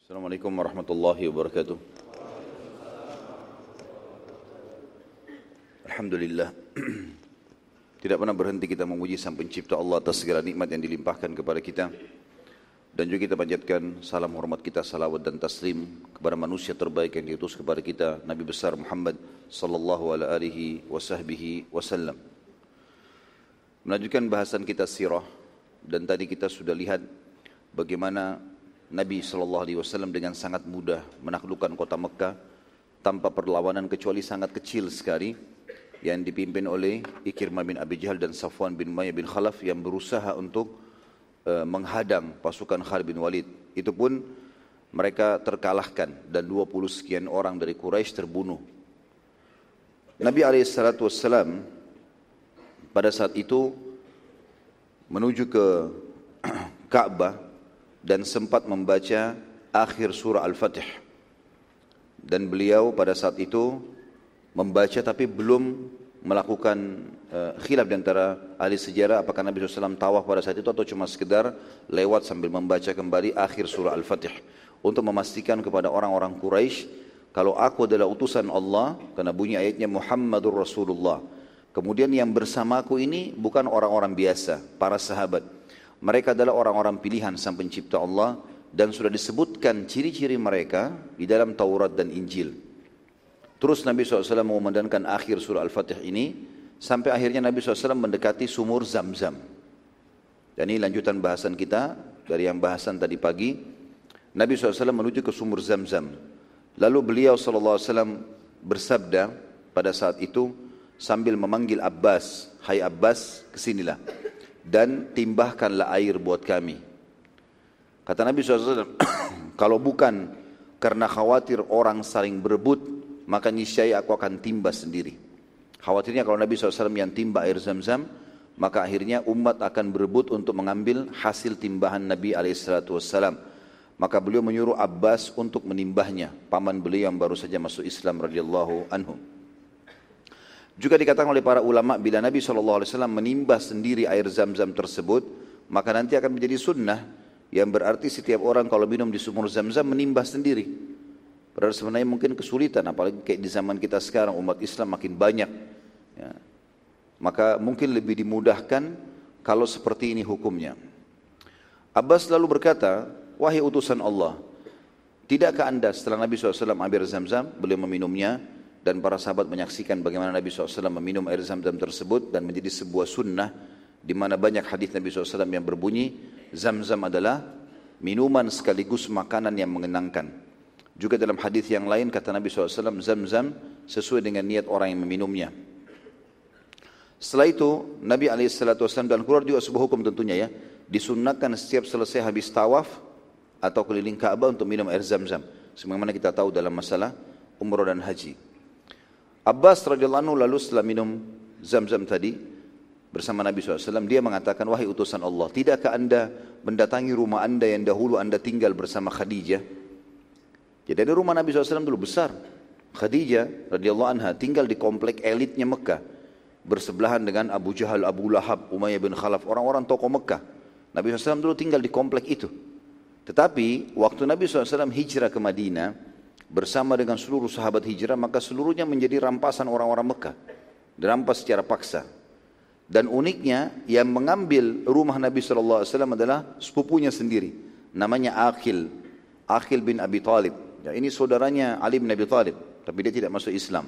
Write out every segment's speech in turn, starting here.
Assalamualaikum warahmatullahi wabarakatuh. Alhamdulillah. Tidak pernah berhenti kita memuji Sang Pencipta Allah atas segala nikmat yang dilimpahkan kepada kita. Dan juga kita panjatkan salam hormat kita, salawat dan taslim kepada manusia terbaik yang diutus kepada kita, Nabi besar Muhammad sallallahu alaihi wasallam. Melanjutkan bahasan kita sirah, dan tadi kita sudah lihat bagaimana Nabi SAW dengan sangat mudah menaklukkan kota Mekah tanpa perlawanan kecuali sangat kecil sekali yang dipimpin oleh Ikrimah bin Abi Jahal dan Safwan bin Umayyah bin Khalaf yang berusaha untuk menghadang pasukan Khalid bin Walid. Itu pun mereka terkalahkan dan 20 sekian orang dari Quraisy terbunuh. Nabi SAW pada saat itu menuju ke Ka'bah dan sempat membaca akhir surah Al-Fatih. Dan beliau pada saat itu membaca tapi belum melakukan khilaf di antara ahli sejarah apakah Nabi SAW tawaf pada saat itu atau cuma sekedar lewat sambil membaca kembali akhir surah Al-Fatih untuk memastikan kepada orang-orang Quraisy kalau aku adalah utusan Allah, karena bunyi ayatnya Muhammadur Rasulullah. Kemudian yang bersamaku ini bukan orang-orang biasa, para sahabat. Mereka adalah orang-orang pilihan Sang Pencipta Allah dan sudah disebutkan ciri-ciri mereka di dalam Taurat dan Injil. Terus Nabi SAW mengumandangkan akhir surah Al-Fatih ini sampai akhirnya Nabi SAW mendekati sumur Zam-Zam. Dan ini lanjutan bahasan kita dari yang bahasan tadi pagi. Nabi SAW menuju ke sumur Zam-Zam. Lalu beliau SAW bersabda pada saat itu sambil memanggil Abbas, "Hai Abbas, kesinilah dan timbahkanlah air buat kami." Kata Nabi SAW, kalau bukan karena khawatir orang saling berebut, maka niscaya aku akan timbah sendiri. Khawatirnya kalau Nabi SAW yang timbah air Zam-Zam, maka akhirnya umat akan berebut untuk mengambil hasil timbahan Nabi SAW. Maka beliau menyuruh Abbas untuk menimbahnya, paman beliau yang baru saja masuk Islam radhiyallahu anhu. Juga dikatakan oleh para ulama bila Nabi SAW menimbah sendiri air Zam-Zam tersebut, maka nanti akan menjadi sunnah, yang berarti setiap orang kalau minum di sumur Zam-Zam menimbah sendiri. Padahal sebenarnya mungkin kesulitan, apalagi kayak di zaman kita sekarang umat Islam makin banyak. Ya. Maka mungkin lebih dimudahkan kalau seperti ini hukumnya. Abbas lalu berkata, "Wahai utusan Allah, tidakkah anda setelah Nabi SAW ambil Zam-Zam, beliau meminumnya, dan para sahabat menyaksikan bagaimana Nabi SAW meminum air Zam-Zam tersebut dan menjadi sebuah sunnah di mana banyak hadis Nabi SAW yang berbunyi Zam-Zam adalah minuman sekaligus makanan yang mengenangkan. Juga dalam hadis yang lain kata Nabi SAW, Zam-Zam sesuai dengan niat orang yang meminumnya. Setelah itu Nabi SAW dan keluar juga sebuah hukum tentunya ya, disunnahkan setiap selesai habis tawaf atau keliling Ka'bah untuk minum air Zam-Zam, sebagaimana kita tahu dalam masalah umrah dan haji. Abbas radhiyallahu anhu lalu setelah minum Zam-Zam tadi bersama Nabi SAW, dia mengatakan, "Wahai utusan Allah, tidakkah anda mendatangi rumah anda yang dahulu anda tinggal bersama Khadijah?" Jadi ada rumah Nabi SAW dulu besar. Khadijah radhiyallahu anha tinggal di komplek elitnya Mekah, bersebelahan dengan Abu Jahal, Abu Lahab, Umayyah bin Khalaf, orang-orang tokoh Mekah. Nabi SAW dulu tinggal di komplek itu. Tetapi waktu Nabi SAW hijrah ke Madinah bersama dengan seluruh sahabat hijrah, maka seluruhnya menjadi rampasan orang-orang Mekah, dirampas secara paksa. Dan uniknya yang mengambil rumah Nabi SAW adalah sepupunya sendiri, namanya Aqil bin Abi Talib. Ya, ini saudaranya Ali bin Abi Talib, tapi dia tidak masuk Islam.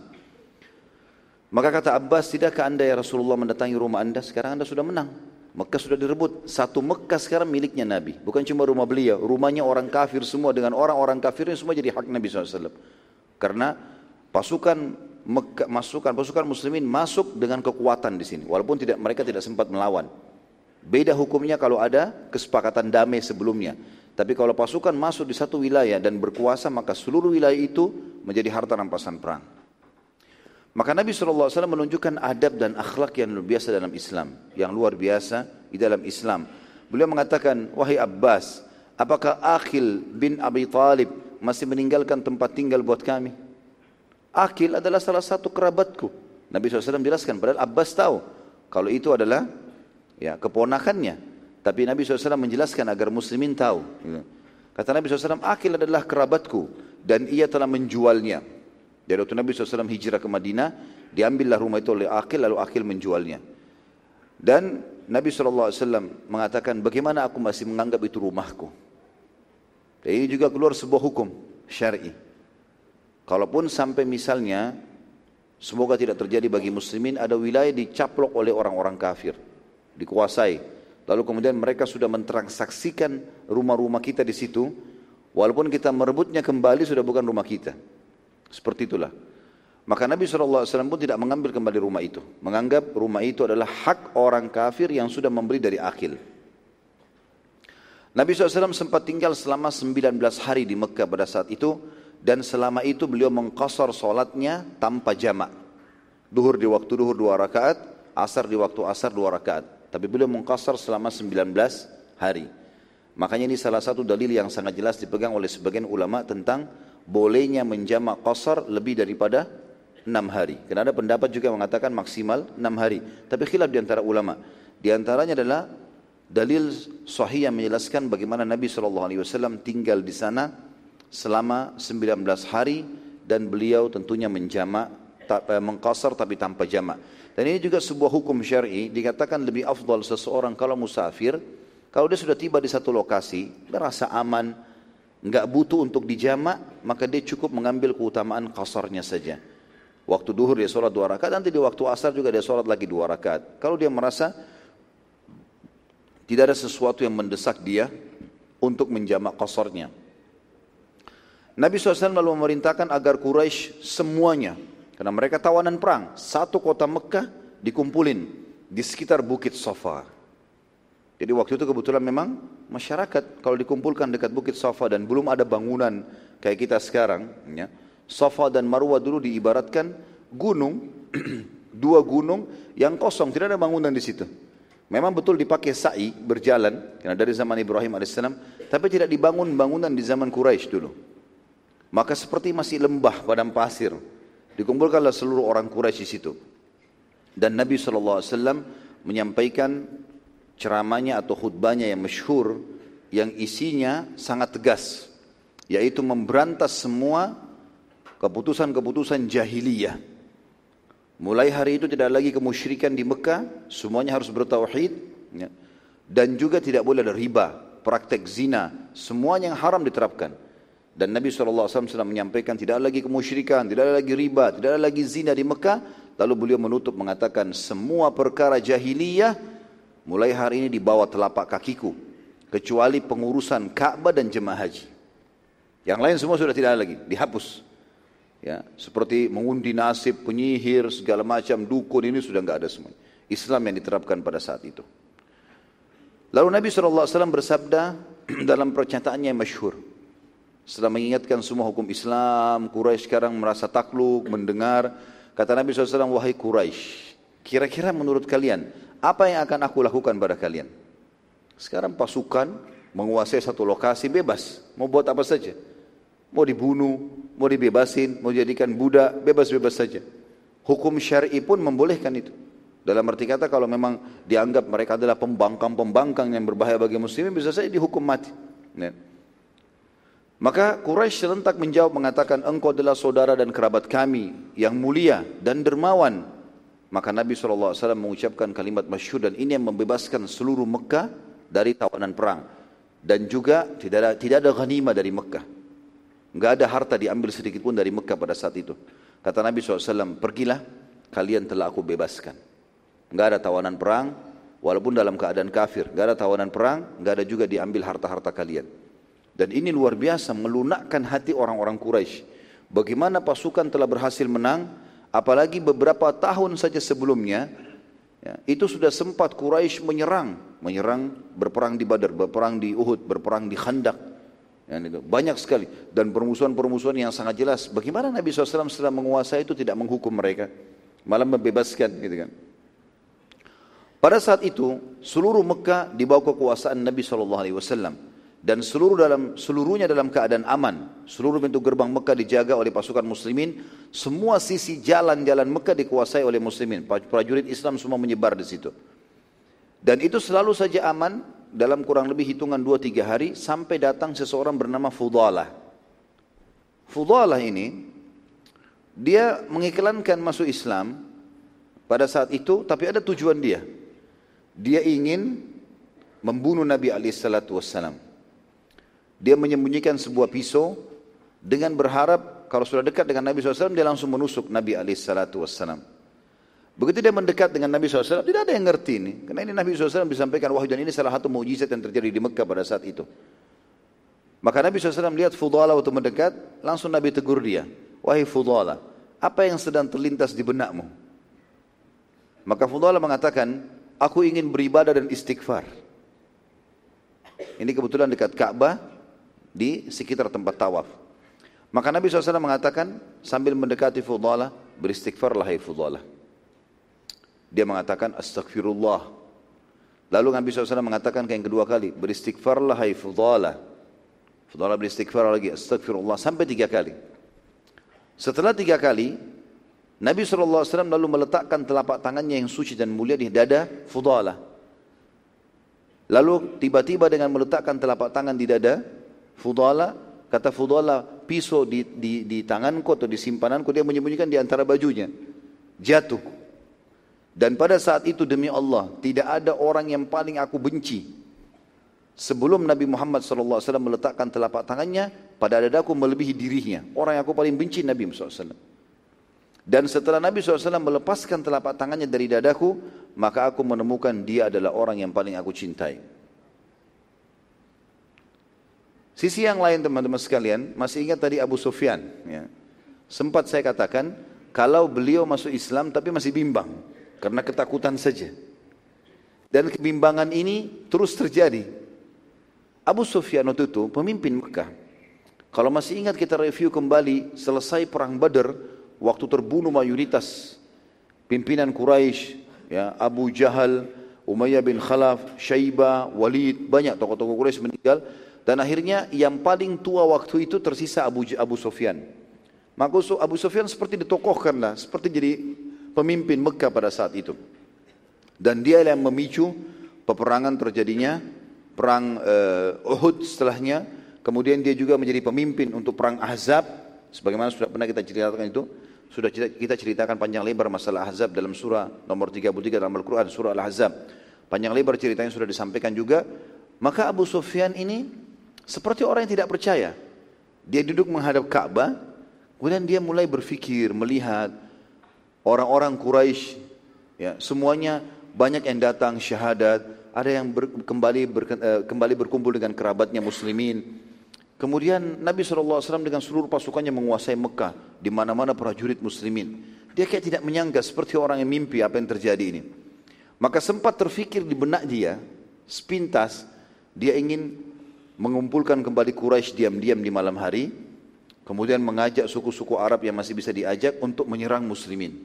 Maka kata Abbas, tidakkah anda ya Rasulullah mendatangi rumah anda? Sekarang anda sudah menang, Mekah sudah direbut. Satu Mekah sekarang miliknya Nabi. Bukan cuma rumah beliau, rumahnya orang kafir semua dengan orang-orang kafirnya semua jadi hak Nabi SAW. Karena pasukan muslimin masuk dengan kekuatan di sini. Walaupun mereka tidak sempat melawan. Beda hukumnya kalau ada kesepakatan damai sebelumnya. Tapi kalau pasukan masuk di satu wilayah dan berkuasa, maka seluruh wilayah itu menjadi harta rampasan perang. Maka Nabi SAW menunjukkan adab dan akhlak yang luar biasa dalam Islam. Yang luar biasa di dalam Islam. Beliau mengatakan, "Wahai Abbas, apakah Aqil bin Abi Talib masih meninggalkan tempat tinggal buat kami?" Aqil adalah salah satu kerabatku. Nabi SAW jelaskan, padahal Abbas tahu kalau itu adalah ya keponakannya. Tapi Nabi SAW menjelaskan agar muslimin tahu. Kata Nabi SAW, Aqil adalah kerabatku dan ia telah menjualnya. Jadi waktu Nabi SAW hijrah ke Madinah, diambillah rumah itu oleh Aqil, lalu Aqil menjualnya. Dan Nabi SAW mengatakan, bagaimana aku masih menganggap itu rumahku? Dan ini juga keluar sebuah hukum syar'i. Kalaupun sampai misalnya, semoga tidak terjadi bagi muslimin, ada wilayah dicaplok oleh orang-orang kafir, dikuasai. Lalu kemudian mereka sudah mentransaksikan rumah-rumah kita di situ, walaupun kita merebutnya kembali sudah bukan rumah kita. Seperti itulah. Maka Nabi SAW pun tidak mengambil kembali rumah itu. Menganggap rumah itu adalah hak orang kafir yang sudah membeli dari Aqil. Nabi SAW sempat tinggal selama 19 hari di Mekah pada saat itu. Dan selama itu beliau mengqasar solatnya tanpa jamak. Duhur di waktu duhur 2 rakaat, asar di waktu asar 2 rakaat. Tapi beliau mengqasar selama 19 hari. Makanya ini salah satu dalil yang sangat jelas dipegang oleh sebagian ulama tentang bolehnya menjamak qasar lebih daripada 6 hari. Karena ada pendapat juga mengatakan maksimal 6 hari. Tapi khilaf di antara ulama. Di antaranya adalah dalil sahih yang menjelaskan bagaimana Nabi SAW tinggal di sana selama 19 hari dan beliau tentunya menjamak, mengqasar tapi tanpa jamak. Dan ini juga sebuah hukum syar'i, dikatakan lebih afdal seseorang kalau musafir, kalau dia sudah tiba di satu lokasi, merasa aman, enggak butuh untuk dijamak, maka dia cukup mengambil keutamaan qasarnya saja. Waktu duhur dia sholat 2 rakaat, nanti di waktu asar juga dia sholat lagi 2 rakaat. Kalau dia merasa tidak ada sesuatu yang mendesak dia untuk menjamak qasarnya. Nabi SAW lalu memerintahkan agar Quraisy semuanya, karena mereka tawanan perang, satu kota Mekah dikumpulin di sekitar Bukit Safa. Jadi waktu itu kebetulan memang masyarakat kalau dikumpulkan dekat Bukit Safa dan belum ada bangunan kayak kita sekarang, ya, Safa dan Marwah dulu diibaratkan gunung, 2 gunung yang kosong, tidak ada bangunan di situ. Memang betul dipakai sa'i berjalan, karena dari zaman Ibrahim AS, tapi tidak dibangun bangunan di zaman Quraisy dulu. Maka seperti masih lembah padang pasir. Dikumpulkanlah seluruh orang Quraisy di situ. Dan Nabi SAW menyampaikan ceramahnya atau khutbahnya yang masyhur, yang isinya sangat tegas, yaitu memberantas semua keputusan-keputusan jahiliyah. Mulai hari itu tidak lagi kemusyrikan di Mekah, semuanya harus bertauhid, ya. Dan juga tidak boleh ada riba, praktek zina, semuanya yang haram diterapkan. Dan Nabi SAW menyampaikan tidak ada lagi kemusyrikan, tidak ada lagi riba, tidak ada lagi zina di Mekah. Lalu beliau menutup mengatakan semua perkara jahiliyah mulai hari ini di bawah telapak kakiku, kecuali pengurusan Ka'bah dan jemaah haji. Yang lain semua sudah tidak ada lagi, dihapus. Ya, seperti mengundi nasib, penyihir, segala macam, dukun, ini sudah enggak ada semua. Islam yang diterapkan pada saat itu. Lalu Nabi SAW bersabda dalam pernyataannya yang masyhur, setelah mengingatkan semua hukum Islam, Quraisy sekarang merasa takluk, mendengar. Kata Nabi SAW, wahai Quraisy, kira-kira menurut kalian, apa yang akan aku lakukan pada kalian? Sekarang pasukan menguasai satu lokasi bebas, mau buat apa saja. Mau dibunuh, mau dibebasin, mau dijadikan budak, bebas-bebas saja. Hukum syar'i pun membolehkan itu. Dalam arti kata kalau memang dianggap mereka adalah pembangkang-pembangkang yang berbahaya bagi muslimin, bisa saja dihukum mati. Ya. Maka Quraisy serentak menjawab mengatakan, engkau adalah saudara dan kerabat kami yang mulia dan dermawan. Maka Nabi SAW mengucapkan kalimat masyhur, dan ini yang membebaskan seluruh Mekah dari tawanan perang. Dan juga tidak ada ghanimah dari Mekah. Enggak ada harta diambil sedikit pun dari Mekah pada saat itu. Kata Nabi SAW, pergilah, kalian telah aku bebaskan. Enggak ada tawanan perang, walaupun dalam keadaan kafir. Enggak ada tawanan perang, enggak ada juga diambil harta-harta kalian. Dan ini luar biasa melunakkan hati orang-orang Quraisy. Bagaimana pasukan telah berhasil menang, apalagi beberapa tahun saja sebelumnya, ya, itu sudah sempat Quraisy menyerang, berperang di Badar, berperang di Uhud, berperang di Khandaq. Ya, itu banyak sekali, dan permusuhan-permusuhan yang sangat jelas. Bagaimana Nabi SAW setelah menguasai itu tidak menghukum mereka, malah membebaskan, gitu kan? Pada saat itu seluruh Mekah di bawah kekuasaan Nabi SAW. Dan seluruhnya dalam keadaan aman. Seluruh pintu gerbang Mekah dijaga oleh pasukan muslimin. Semua sisi jalan-jalan Mekah dikuasai oleh muslimin. Prajurit Islam semua menyebar di situ. Dan itu selalu saja aman dalam kurang lebih hitungan 2-3 hari sampai datang seseorang bernama Fudalah. Fudalah ini dia mengiklankan masuk Islam pada saat itu, tapi ada tujuan dia. Dia ingin membunuh Nabi SAW. Dia menyembunyikan sebuah pisau dengan berharap kalau sudah dekat dengan Nabi SAW dia langsung menusuk Nabi SAW. Begitu dia mendekat dengan Nabi SAW, tidak ada yang ngerti ini. Karena ini Nabi SAW disampaikan wahyu dan ini salah satu mukjizat yang terjadi di Mekah pada saat itu. Maka Nabi SAW lihat Fudalah waktu mendekat, langsung Nabi tegur dia. Wahai Fudalah, apa yang sedang terlintas di benakmu? Maka Fudalah mengatakan, aku ingin beribadah dan istighfar. Ini kebetulan dekat Ka'bah di sekitar tempat tawaf. Maka Nabi SAW mengatakan sambil mendekati Fudalah, beristighfarlah hai Fudalah. Dia mengatakan astagfirullah. Lalu Nabi SAW mengatakan yang kedua kali, beristighfarlah hai Fudalah. Fudalah beristighfar lagi, astagfirullah, sampai 3 kali. Setelah 3 kali, Nabi SAW lalu meletakkan telapak tangannya yang suci dan mulia di dada Fudalah. Lalu tiba-tiba dengan meletakkan telapak tangan di dada Fudalah, kata Fudalah, pisau di tanganku atau di simpananku, dia menyembunyikan di antara bajunya. Jatuh. Dan pada saat itu demi Allah, tidak ada orang yang paling aku benci sebelum Nabi Muhammad SAW meletakkan telapak tangannya pada dadaku melebihi dirinya. Orang yang aku paling benci Nabi SAW. Dan setelah Nabi SAW melepaskan telapak tangannya dari dadaku, maka aku menemukan dia adalah orang yang paling aku cintai. Sisi yang lain teman-teman sekalian, masih ingat tadi Abu Sufyan, ya. Sempat saya katakan, kalau beliau masuk Islam tapi masih bimbang, karena ketakutan saja. Dan kebimbangan ini terus terjadi. Abu Sufyan waktu itu pemimpin Mekah. Kalau masih ingat kita review kembali, selesai perang Badar, waktu terbunuh mayoritas pimpinan Quraisy, ya, Abu Jahal, Umayyah bin Khalaf, Syaibah, Walid, banyak tokoh-tokoh Quraisy meninggal. Dan akhirnya yang paling tua waktu itu tersisa Abu Sufyan. Maka Abu Sufyan seperti ditokohkan lah, seperti jadi pemimpin Mekah pada saat itu. Dan dia yang memicu peperangan terjadinya perang Uhud setelahnya. Kemudian dia juga menjadi pemimpin untuk perang Ahzab. Sebagaimana sudah pernah kita ceritakan itu. Sudah kita ceritakan panjang lebar masalah Ahzab dalam surah nomor 33 dalam Al-Quran, surah Al-Ahzab. Panjang lebar ceritanya sudah disampaikan juga. Maka Abu Sufyan ini seperti orang yang tidak percaya. Dia duduk menghadap Ka'bah. Kemudian dia mulai berfikir, melihat orang-orang Quraisy, ya, semuanya banyak yang datang syahadat, ada yang kembali berkumpul dengan kerabatnya muslimin. Kemudian Nabi SAW dengan seluruh pasukannya menguasai Mekah, di mana-mana prajurit muslimin. Dia kayak tidak menyangka seperti orang yang mimpi apa yang terjadi ini. Maka sempat terfikir di benak dia, sepintas, dia ingin mengumpulkan kembali Quraisy diam-diam di malam hari, kemudian mengajak suku-suku Arab yang masih bisa diajak untuk menyerang muslimin.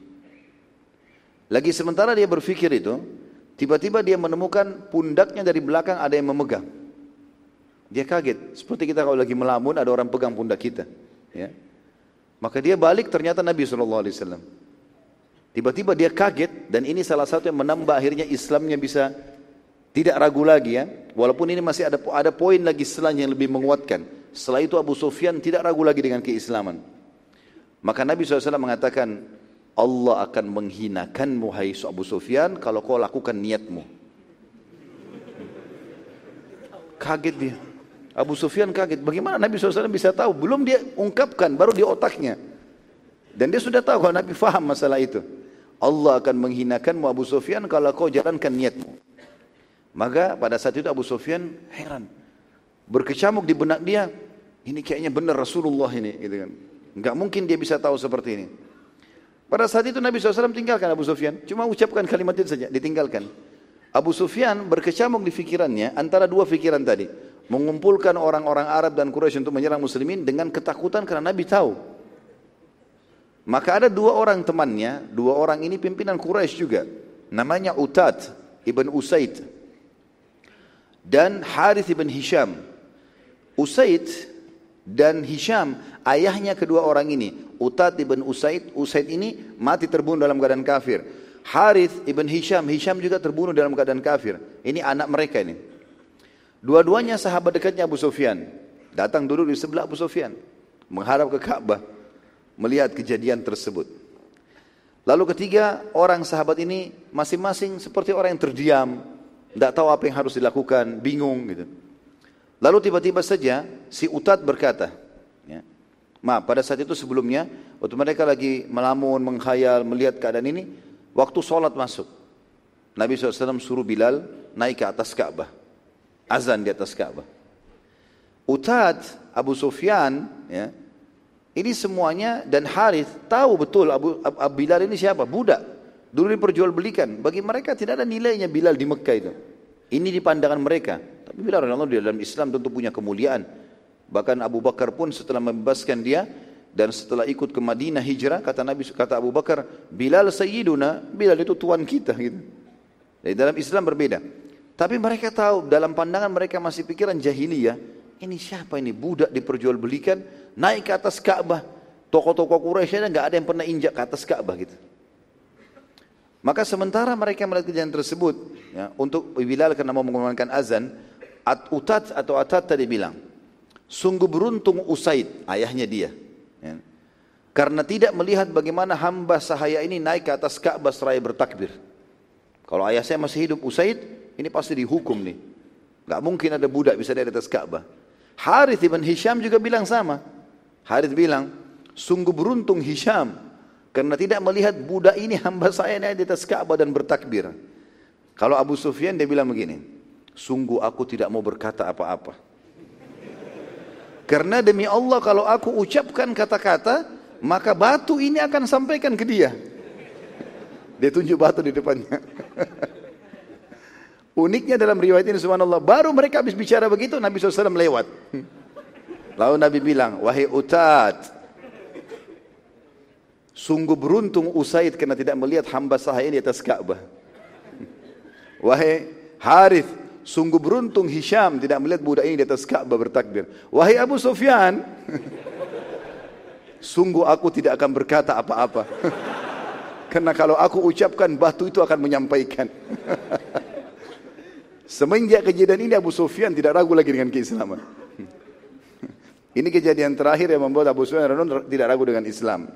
Lagi sementara dia berfikir itu, tiba-tiba dia menemukan pundaknya dari belakang ada yang memegang. Dia kaget, seperti kita kalau lagi melamun ada orang pegang pundak kita, ya. Maka dia balik, ternyata Nabi SAW. Tiba-tiba dia kaget, dan ini salah satu yang menambah akhirnya Islamnya bisa tidak ragu lagi, ya. Walaupun ini masih ada poin lagi setelahnya yang lebih menguatkan. Setelah itu Abu Sufyan tidak ragu lagi dengan keislaman. Maka Nabi SAW mengatakan, Allah akan menghinakanmu hai Abu Sufyan kalau kau lakukan niatmu. Kaget dia. Abu Sufyan kaget. Bagaimana Nabi SAW bisa tahu? Belum dia ungkapkan, baru di otaknya. Dan dia sudah tahu kalau Nabi faham masalah itu. Allah akan menghinakanmu Abu Sufyan kalau kau jalankan niatmu. Maka pada saat itu Abu Sufyan heran. Berkecamuk di benak dia, ini kayaknya benar Rasulullah ini, gitu kan. Enggak mungkin dia bisa tahu seperti ini. Pada saat itu Nabi SAW tinggalkan Abu Sufyan, cuma ucapkan kalimat itu saja, ditinggalkan. Abu Sufyan berkecamuk di fikirannya antara dua fikiran tadi, mengumpulkan orang-orang Arab dan Quraisy untuk menyerang muslimin dengan ketakutan karena Nabi tahu. Maka ada dua orang temannya, dua orang ini pimpinan Quraisy juga, namanya Utad ibn Usaid dan Harith ibn Hisham. Usaid dan Hisham, ayahnya kedua orang ini. Utad ibn Usaid ini mati terbunuh dalam keadaan kafir. Harith ibn Hisham, Hisham juga terbunuh dalam keadaan kafir. Ini anak mereka ini. Dua-duanya sahabat dekatnya Abu Sufyan. Datang duduk di sebelah Abu Sufyan, menghadap ke Ka'bah, melihat kejadian tersebut. Lalu ketiga orang sahabat ini masing-masing seperti orang yang terdiam, tidak tahu apa yang harus dilakukan, bingung gitu. Lalu tiba-tiba saja si Utad berkata, ya, pada saat itu sebelumnya, waktu mereka lagi melamun, menghayal, melihat keadaan ini, waktu sholat masuk, Nabi SAW suruh Bilal naik ke atas Ka'bah, azan di atas Ka'bah. Utad, Abu Sufyan, ya, ini semuanya dan Harith tahu betul Abu Bilal ini siapa? Budak. Dulu diperjualbelikan. Bagi mereka tidak ada nilainya Bilal di Mekah itu. Ini di pandangan mereka. Tapi Bilal radhiyallahu anhu di dalam Islam tentu punya kemuliaan. Bahkan Abu Bakar pun setelah membebaskan dia dan setelah ikut ke Madinah hijrah, kata Abu Bakar, Bilal sayyiduna, Bilal itu tuan kita gitu. Jadi dalam Islam berbeda. Tapi mereka tahu dalam pandangan mereka masih pikiran jahiliyah, ini siapa ini budak diperjualbelikan naik ke atas Ka'bah. Tokoh-tokoh Quraisy enggak ada yang pernah injak ke atas Ka'bah gitu. Maka sementara mereka melihat kejadian tersebut, ya, untuk Bilal karena mau mengumandangkan azan, Utad atau Atad tadi bilang, sungguh beruntung Usaid, ayahnya dia, ya, karena tidak melihat bagaimana hamba sahaya ini naik ke atas Ka'bah seraya bertakbir. Kalau ayah saya masih hidup Usaid, ini pasti dihukum nih. Gak mungkin ada budak bisa dari atas Ka'bah. Harith ibn Hisham juga bilang sama. Harith bilang, sungguh beruntung Hisham karena tidak melihat budak ini hamba saya naik di atas Ka'bah dan bertakbir. Kalau Abu Sufyan dia bilang begini, sungguh aku tidak mau berkata apa-apa. Karena demi Allah kalau aku ucapkan kata-kata, maka batu ini akan sampaikan ke dia. Dia tunjuk batu di depannya. Uniknya dalam riwayat ini subhanallah, baru mereka habis bicara begitu, Nabi SAW lewat. Lalu Nabi bilang, wahai Utad, sungguh beruntung Usaid karena tidak melihat hamba sahaya di atas Ka'bah. Wahai Harith, sungguh beruntung Hisham tidak melihat budak ini di atas Ka'bah bertakbir. Wahai Abu Sufyan, sungguh aku tidak akan berkata apa-apa. Karena kalau aku ucapkan, batu itu akan menyampaikan. Semenjak kejadian ini Abu Sufyan tidak ragu lagi dengan keislaman. Ini kejadian terakhir yang membuat Abu Sufyan tidak ragu dengan Islam.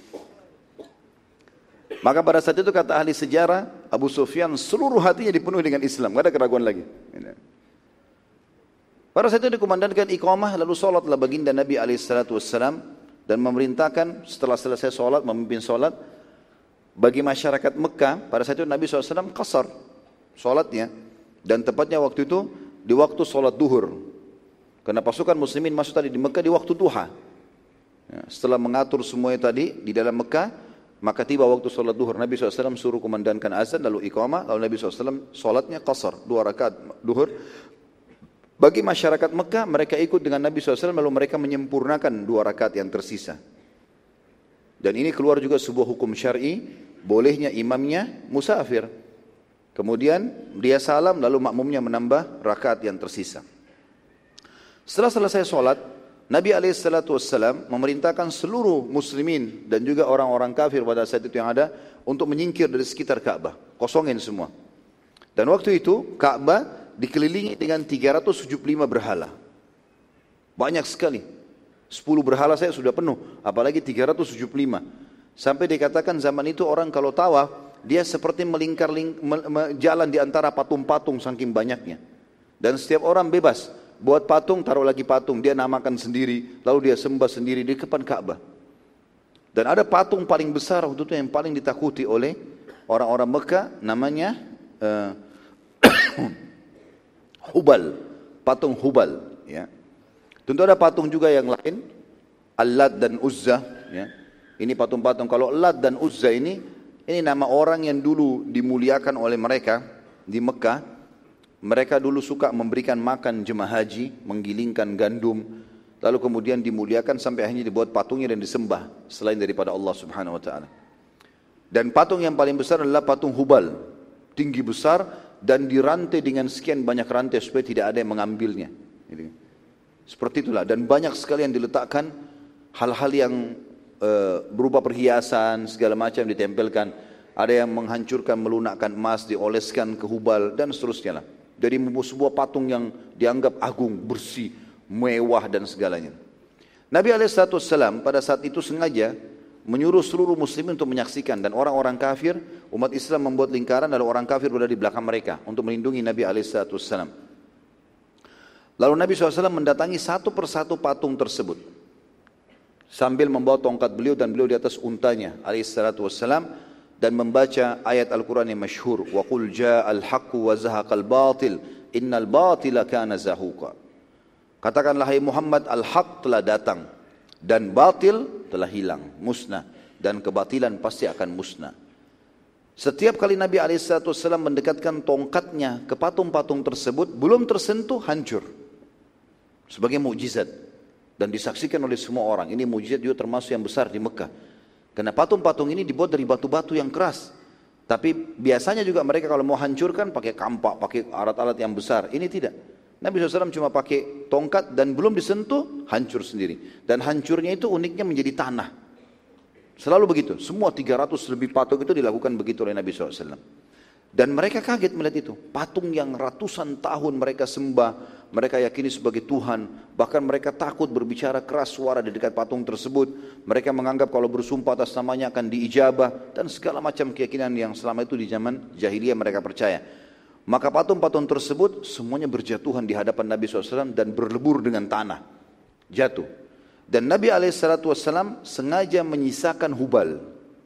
Maka pada saat itu kata ahli sejarah, Abu Sufyan seluruh hatinya dipenuhi dengan Islam, tidak ada keraguan lagi. Pada saat itu dikumandangkan iqamah, lalu sholatlah baginda Nabi SAW dan memerintahkan setelah selesai sholat, memimpin sholat bagi masyarakat Mekah. Pada saat itu Nabi SAW qasar sholatnya. Dan tepatnya waktu itu di waktu sholat duhur. Karena pasukan muslimin masuk tadi di Mekah di waktu duha. Ya, setelah mengatur semuanya tadi di dalam Mekah, maka tiba waktu sholat duhur. Nabi SAW suruh kumandangkan azan lalu iqamah. Lalu Nabi SAW sholatnya qasar, 2 rakaat duhur. Bagi masyarakat Mekah, mereka ikut dengan Nabi SAW lalu mereka menyempurnakan 2 rakaat yang tersisa. Dan ini keluar juga sebuah hukum syar'i, bolehnya imamnya musafir. Kemudian dia salam lalu makmumnya menambah rakaat yang tersisa. Setelah selesai sholat, Nabi SAW memerintahkan seluruh muslimin dan juga orang-orang kafir pada saat itu yang ada untuk menyingkir dari sekitar Ka'bah, kosongin semua. Dan waktu itu Ka'bah dikelilingi dengan 375 berhala. Banyak sekali. 10 berhala saya sudah penuh, apalagi 375. Sampai dikatakan zaman itu orang kalau tawaf, dia seperti jalan di antara patung-patung saking banyaknya. Dan setiap orang bebas buat patung, taruh lagi patung, dia namakan sendiri, lalu dia sembah sendiri di depan Ka'bah. Dan ada patung paling besar waktu itu yang paling ditakuti oleh orang-orang Mekah, namanya Hubal, patung Hubal. Ya. Tentu ada patung juga yang lain, Al-Lat dan Uzza. Ya. Ini patung-patung. Kalau Lat dan Uzza ini nama orang yang dulu dimuliakan oleh mereka di Mekah. Mereka dulu suka memberikan makan jemaah haji, menggilingkan gandum, lalu kemudian dimuliakan sampai akhirnya dibuat patungnya dan disembah selain daripada Allah Subhanahu wa taala. Dan patung yang paling besar adalah patung Hubal, tinggi besar dan dirantai dengan sekian banyak rantai supaya tidak ada yang mengambilnya. Seperti itulah, dan banyak sekali yang diletakkan hal-hal yang berupa perhiasan segala macam ditempelkan. Ada yang menghancurkan, melunakkan emas, dioleskan ke Hubal, dan seterusnya lah. Jadi sebuah patung yang dianggap agung, bersih, mewah dan segalanya. Nabi SAW pada saat itu sengaja menyuruh seluruh muslimin untuk menyaksikan, dan orang-orang kafir, umat Islam membuat lingkaran lalu orang kafir berada di belakang mereka untuk melindungi Nabi SAW. Lalu Nabi SAW mendatangi satu persatu patung tersebut sambil membawa tongkat beliau dan beliau di atas untanya SAW, dan membaca ayat Al-Quran yang masyhur, wa qul ja'al haqqu wa zahaqal batil innal batila kana zahuqa. Katakanlah hai Muhammad, al-haq telah datang dan batil telah hilang, musnah, dan kebatilan pasti akan musnah. Setiap kali Nabi SAW mendekatkan tongkatnya ke patung-patung tersebut, belum tersentuh hancur sebagai mukjizat, dan disaksikan oleh semua orang. Ini mukjizat juga termasuk yang besar di Mekah. Karena patung-patung ini dibuat dari batu-batu yang keras. Tapi biasanya juga mereka kalau mau hancurkan pakai kampak, pakai alat-alat yang besar. Ini tidak. Nabi SAW cuma pakai tongkat dan belum disentuh, hancur sendiri. Dan hancurnya itu uniknya menjadi tanah. Selalu begitu. Semua 300 lebih patung itu dilakukan begitu oleh Nabi SAW. Dan mereka kaget melihat itu. Patung yang ratusan tahun mereka sembah, mereka yakini sebagai Tuhan. Bahkan mereka takut berbicara keras suara di dekat patung tersebut. Mereka menganggap kalau bersumpah atas namanya akan diijabah. Dan segala macam keyakinan yang selama itu di zaman jahiliyah mereka percaya. Maka patung-patung tersebut semuanya berjatuhan di hadapan Nabi SAW dan berlebur dengan tanah. Jatuh. Dan Nabi SAW sengaja menyisakan Hubal.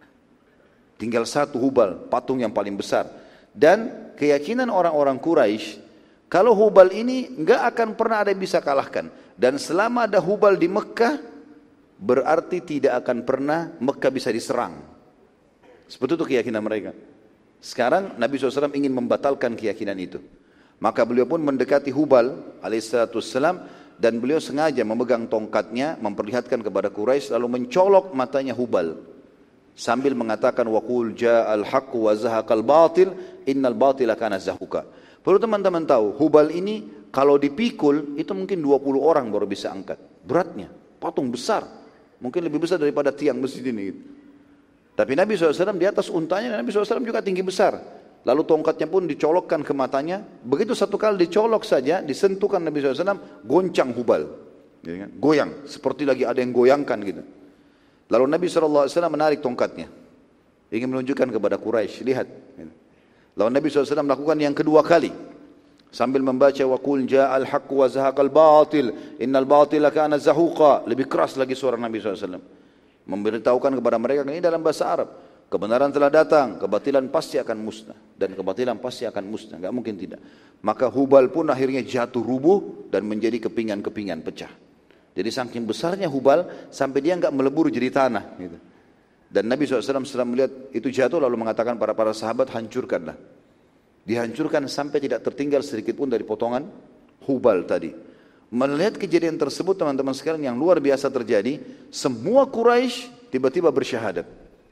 Tinggal satu Hubal, patung yang paling besar. Dan keyakinan orang-orang Quraisy, kalau Hubal ini enggak akan pernah ada yang bisa kalahkan. Dan selama ada Hubal di Mekah, berarti tidak akan pernah Mekah bisa diserang. Seperti itu keyakinan mereka. Sekarang Nabi SAW ingin membatalkan keyakinan itu. Maka beliau pun mendekati Hubal alaihissalam, dan beliau sengaja memegang tongkatnya, memperlihatkan kepada Quraisy, lalu mencolok matanya Hubal. Sambil mengatakan waqul ja'al haqqu wa zahaqal batil innal batila kana zahuqa. Perlu teman-teman tahu, Hubal ini kalau dipikul itu mungkin 20 orang baru bisa angkat. Beratnya, patung besar. Mungkin lebih besar daripada tiang masjid ini. Tapi Nabi SAW di atas untanya, dan Nabi SAW juga tinggi besar. Lalu tongkatnya pun dicolokkan ke matanya. Begitu satu kali dicolok saja, disentuhkan Nabi SAW, goncang Hubal. Goyang, seperti lagi ada yang goyangkan gitu. Lalu Nabi SAW menarik tongkatnya, ingin menunjukkan kepada Quraisy, lihat. Lalu Nabi SAW melakukan yang kedua kali, sambil membaca waqul ja'al haqqu wa zahaqal batil innal batila kana zahuqa. Lebih keras lagi suara Nabi SAW, memberitahukan kepada mereka ini dalam bahasa Arab, kebenaran telah datang, kebatilan pasti akan musnah, dan kebatilan pasti akan musnah, enggak mungkin tidak. Maka Hubal pun akhirnya jatuh rubuh dan menjadi kepingan-kepingan pecah. Jadi saking besarnya Hubal sampai dia enggak melebur jadi tanah gitu. Dan Nabi SAW setelah melihat itu jatuh lalu mengatakan para sahabat, hancurkanlah. Dihancurkan sampai tidak tertinggal sedikit pun dari potongan Hubal tadi. Melihat kejadian tersebut teman-teman sekalian yang luar biasa terjadi, semua Quraisy tiba-tiba bersyahadat.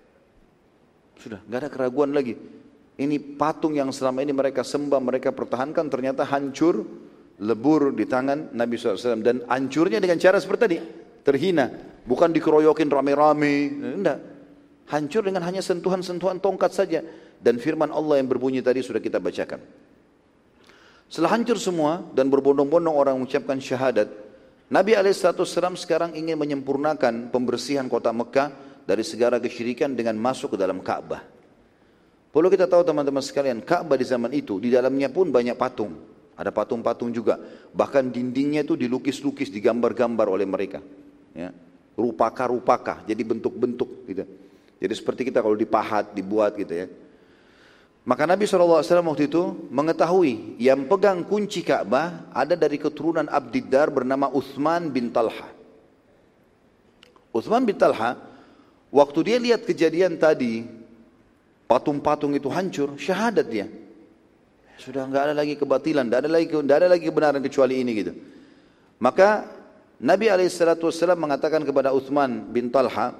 Sudah enggak ada keraguan lagi. Ini patung yang selama ini mereka sembah, mereka pertahankan, ternyata hancur, lebur di tangan Nabi SAW. Dan hancurnya dengan cara seperti tadi, terhina, bukan dikeroyokin rame-rame, enggak. Hancur dengan hanya sentuhan-sentuhan tongkat saja. Dan firman Allah yang berbunyi tadi sudah kita bacakan. Setelah hancur semua dan berbondong-bondong orang mengucapkan syahadat, Nabi SAW sekarang ingin menyempurnakan pembersihan kota Mekah dari segala kesyirikan dengan masuk ke dalam Ka'bah. Perlu kita tahu teman-teman sekalian, Ka'bah di zaman itu, di dalamnya pun banyak patung. Ada patung-patung juga. Bahkan dindingnya itu dilukis-lukis, digambar-gambar oleh mereka. Ya. Rupaka-rupaka, jadi bentuk-bentuk gitu. Jadi seperti kita kalau dipahat, dibuat gitu ya. Maka Nabi SAW waktu itu mengetahui yang pegang kunci Ka'bah ada dari keturunan Abdiddar bernama Uthman bin Talha. Uthman bin Talha, waktu dia lihat kejadian tadi, patung-patung itu hancur, syahadat dia. Sudah enggak ada lagi kebatilan, enggak ada lagi kebenaran kecuali ini gitu. Maka Nabi SAW mengatakan kepada Uthman bin Talha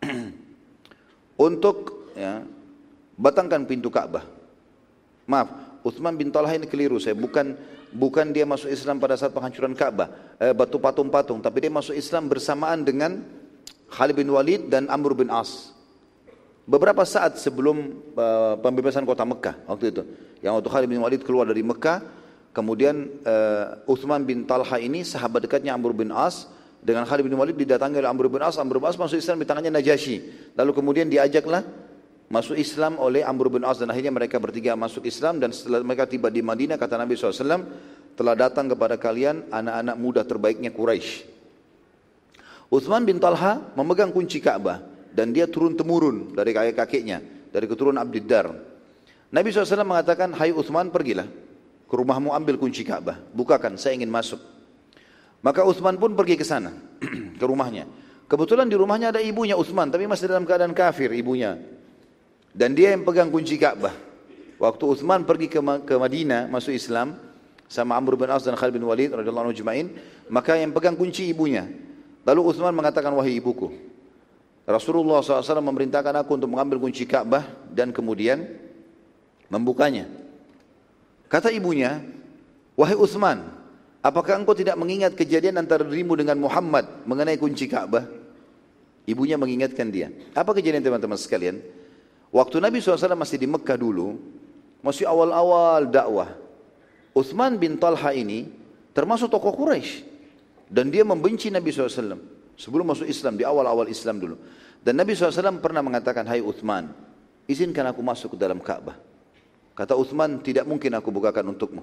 untuk batangkan pintu Ka'bah. Maaf, Uthman bin Talha ini keliru saya, bukan dia masuk Islam pada saat penghancuran Ka'bah, batu patung-patung, tapi dia masuk Islam bersamaan dengan Khalid bin Walid dan Amr bin As. beberapa saat sebelum pembebasan kota Mekah waktu itu. Yang waktu Khalid bin Walid keluar dari Mekah, kemudian Uthman bin Talha ini sahabat dekatnya Amr bin As, dengan Khalid bin Walid didatangi oleh Amr bin As masuk Islam di tangannya Najasyi. Lalu kemudian diajaklah masuk Islam oleh Amr bin As, dan akhirnya mereka bertiga masuk Islam. Dan setelah mereka tiba di Madinah, kata Nabi SAW, telah datang kepada kalian anak-anak muda terbaiknya Quraisy. Uthman bin Talha memegang kunci Ka'bah, dan dia turun-temurun dari kakek-kakeknya, dari keturunan Abdiddar. Nabi SAW mengatakan, hai Uthman, pergilah ke rumahmu, ambil kunci Ka'bah, bukakan, saya ingin masuk. Maka Uthman pun pergi ke sana, ke rumahnya. Kebetulan di rumahnya ada ibunya Uthman, tapi masih dalam keadaan kafir ibunya. Dan dia yang pegang kunci Ka'bah. Waktu Uthman pergi ke Madinah, masuk Islam, sama Amr bin As dan Khalid bin Walid radhiyallahu anhu ajma'in, maka yang pegang kunci ibunya. Lalu Uthman mengatakan, wahai ibuku, Rasulullah SAW memerintahkan aku untuk mengambil kunci Ka'bah dan kemudian membukanya. Kata ibunya, wahai Uthman, apakah engkau tidak mengingat kejadian antara dirimu dengan Muhammad mengenai kunci Ka'bah? Ibunya mengingatkan dia. Apa kejadian teman-teman sekalian? Waktu Nabi SAW masih di Mekah dulu, masih awal-awal dakwah, Uthman bin Talha ini termasuk tokoh Quraisy, dan dia membenci Nabi SAW sebelum masuk Islam, di awal-awal Islam dulu. Dan Nabi SAW pernah mengatakan, hai Uthman, izinkan aku masuk ke dalam Ka'bah. Kata Uthman, tidak mungkin aku bukakan untukmu.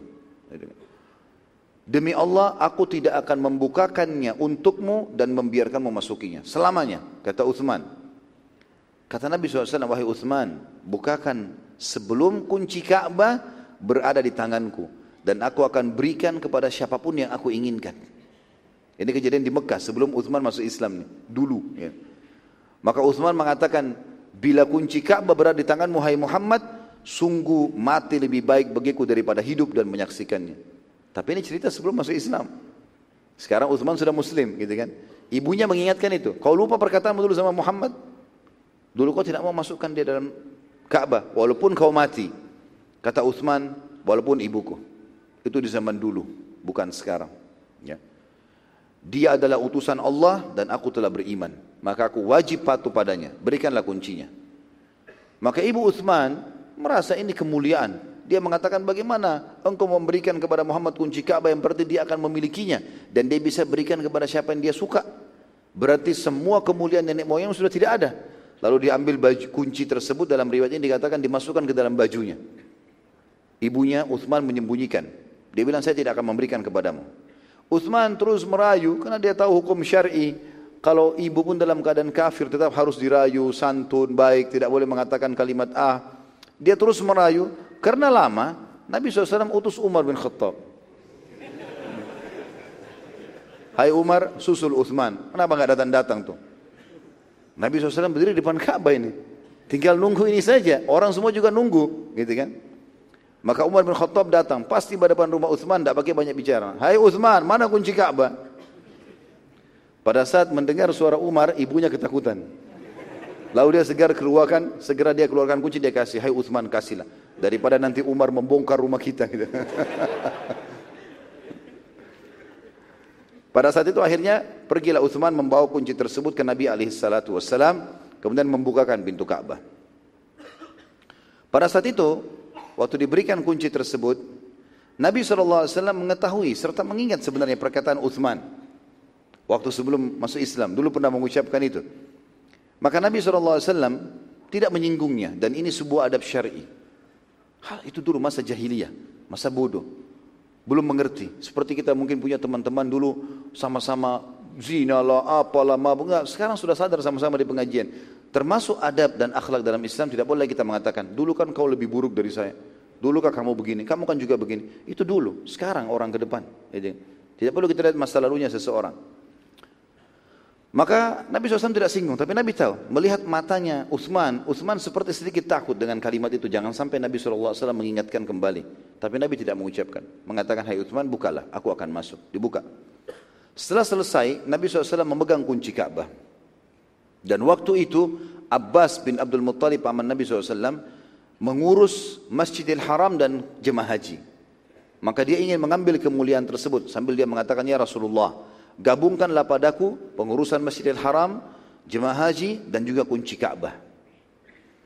Demi Allah, aku tidak akan membukakannya untukmu dan membiarkanmu masukinya selamanya, kata Uthman. Kata Nabi SAW, wahai Uthman, bukakan sebelum kunci Ka'bah berada di tanganku, dan aku akan berikan kepada siapapun yang aku inginkan. Ini kejadian di Mekah sebelum Uthman masuk Islam nih, dulu. Ya. Maka Uthman mengatakan, bila kunci Ka'bah berada di tanganmu, hai Muhammad, sungguh mati lebih baik bagiku daripada hidup dan menyaksikannya. Tapi ini cerita sebelum masuk Islam. Sekarang Uthman sudah Muslim, gitu kan? Ibunya mengingatkan itu. Kau lupa perkataanmu dulu sama Muhammad? Dulu kau tidak mau masukkan dia dalam Ka'bah, walaupun kau mati. Kata Uthman, walaupun ibuku. Itu di zaman dulu, bukan sekarang. Ya. Dia adalah utusan Allah dan aku telah beriman, maka aku wajib patuh padanya. Berikanlah kuncinya. Maka ibu Uthman merasa ini kemuliaan. Dia mengatakan, bagaimana engkau memberikan kepada Muhammad kunci Ka'bah yang berarti dia akan memilikinya, dan dia bisa berikan kepada siapa yang dia suka. Berarti semua kemuliaan nenek moyang sudah tidak ada. Lalu diambil baju, kunci tersebut dalam riwayat ini dikatakan dimasukkan ke dalam bajunya. Ibunya Uthman menyembunyikan. Dia bilang, saya tidak akan memberikan kepadamu. Uthman terus merayu karena dia tahu hukum syar'i. Kalau ibu pun dalam keadaan kafir tetap harus dirayu, santun, baik, tidak boleh mengatakan kalimat Dia terus merayu. Karena lama Nabi SAW utus Umar bin Khattab. Hai Umar, susul Uthman. Kenapa enggak datang-datang tuh? Nabi SAW berdiri di depan Ka'bah ini. Tinggal nunggu ini saja. Orang semua juga nunggu, gitu kan? Maka Umar bin Khattab datang, pas tiba depan rumah Uthman, tidak pakai banyak bicara. Hai Uthman, mana kunci Ka'bah? Pada saat mendengar suara Umar, ibunya ketakutan. Lalu dia segera dia keluarkan kunci, dia kasih. Hai Uthman, kasihlah. Daripada nanti Umar membongkar rumah kita. Gitu. Pada saat itu akhirnya pergilah Uthman membawa kunci tersebut ke Nabi SAW, kemudian membukakan pintu Ka'bah. Pada saat itu, waktu diberikan kunci tersebut, Nabi SAW mengetahui serta mengingat sebenarnya perkataan Uthman. Waktu sebelum masuk Islam, dulu pernah mengucapkan itu. Maka Nabi SAW tidak menyinggungnya, dan ini sebuah adab syar'i. Hal itu dulu masa jahiliyah, masa bodoh. Belum mengerti. Seperti kita mungkin punya teman-teman dulu sama-sama zina lah, apalah, mabuk. Sekarang sudah sadar sama-sama di pengajian. Termasuk adab dan akhlak dalam Islam, tidak boleh kita mengatakan, dulu kan kau lebih buruk dari saya. Dulu kan kamu begini, kamu kan juga begini. Itu dulu, sekarang orang ke depan. Tidak perlu kita lihat masa lalunya seseorang. Maka Nabi SAW tidak singgung, tapi Nabi tahu, melihat matanya Uthman seperti sedikit takut dengan kalimat itu. Jangan sampai Nabi SAW mengingatkan kembali. Tapi Nabi tidak mengucapkan, mengatakan, hai Uthman, bukalah, aku akan masuk. Dibuka. Setelah selesai, Nabi SAW memegang kunci Ka'bah. Dan waktu itu Abbas bin Abdul Muttalib paman Nabi SAW mengurus Masjidil Haram dan jemaah haji. Maka dia ingin mengambil kemuliaan tersebut sambil dia mengatakan, ya Rasulullah, gabungkanlah padaku pengurusan Masjidil Haram, jemaah haji dan juga kunci Ka'bah.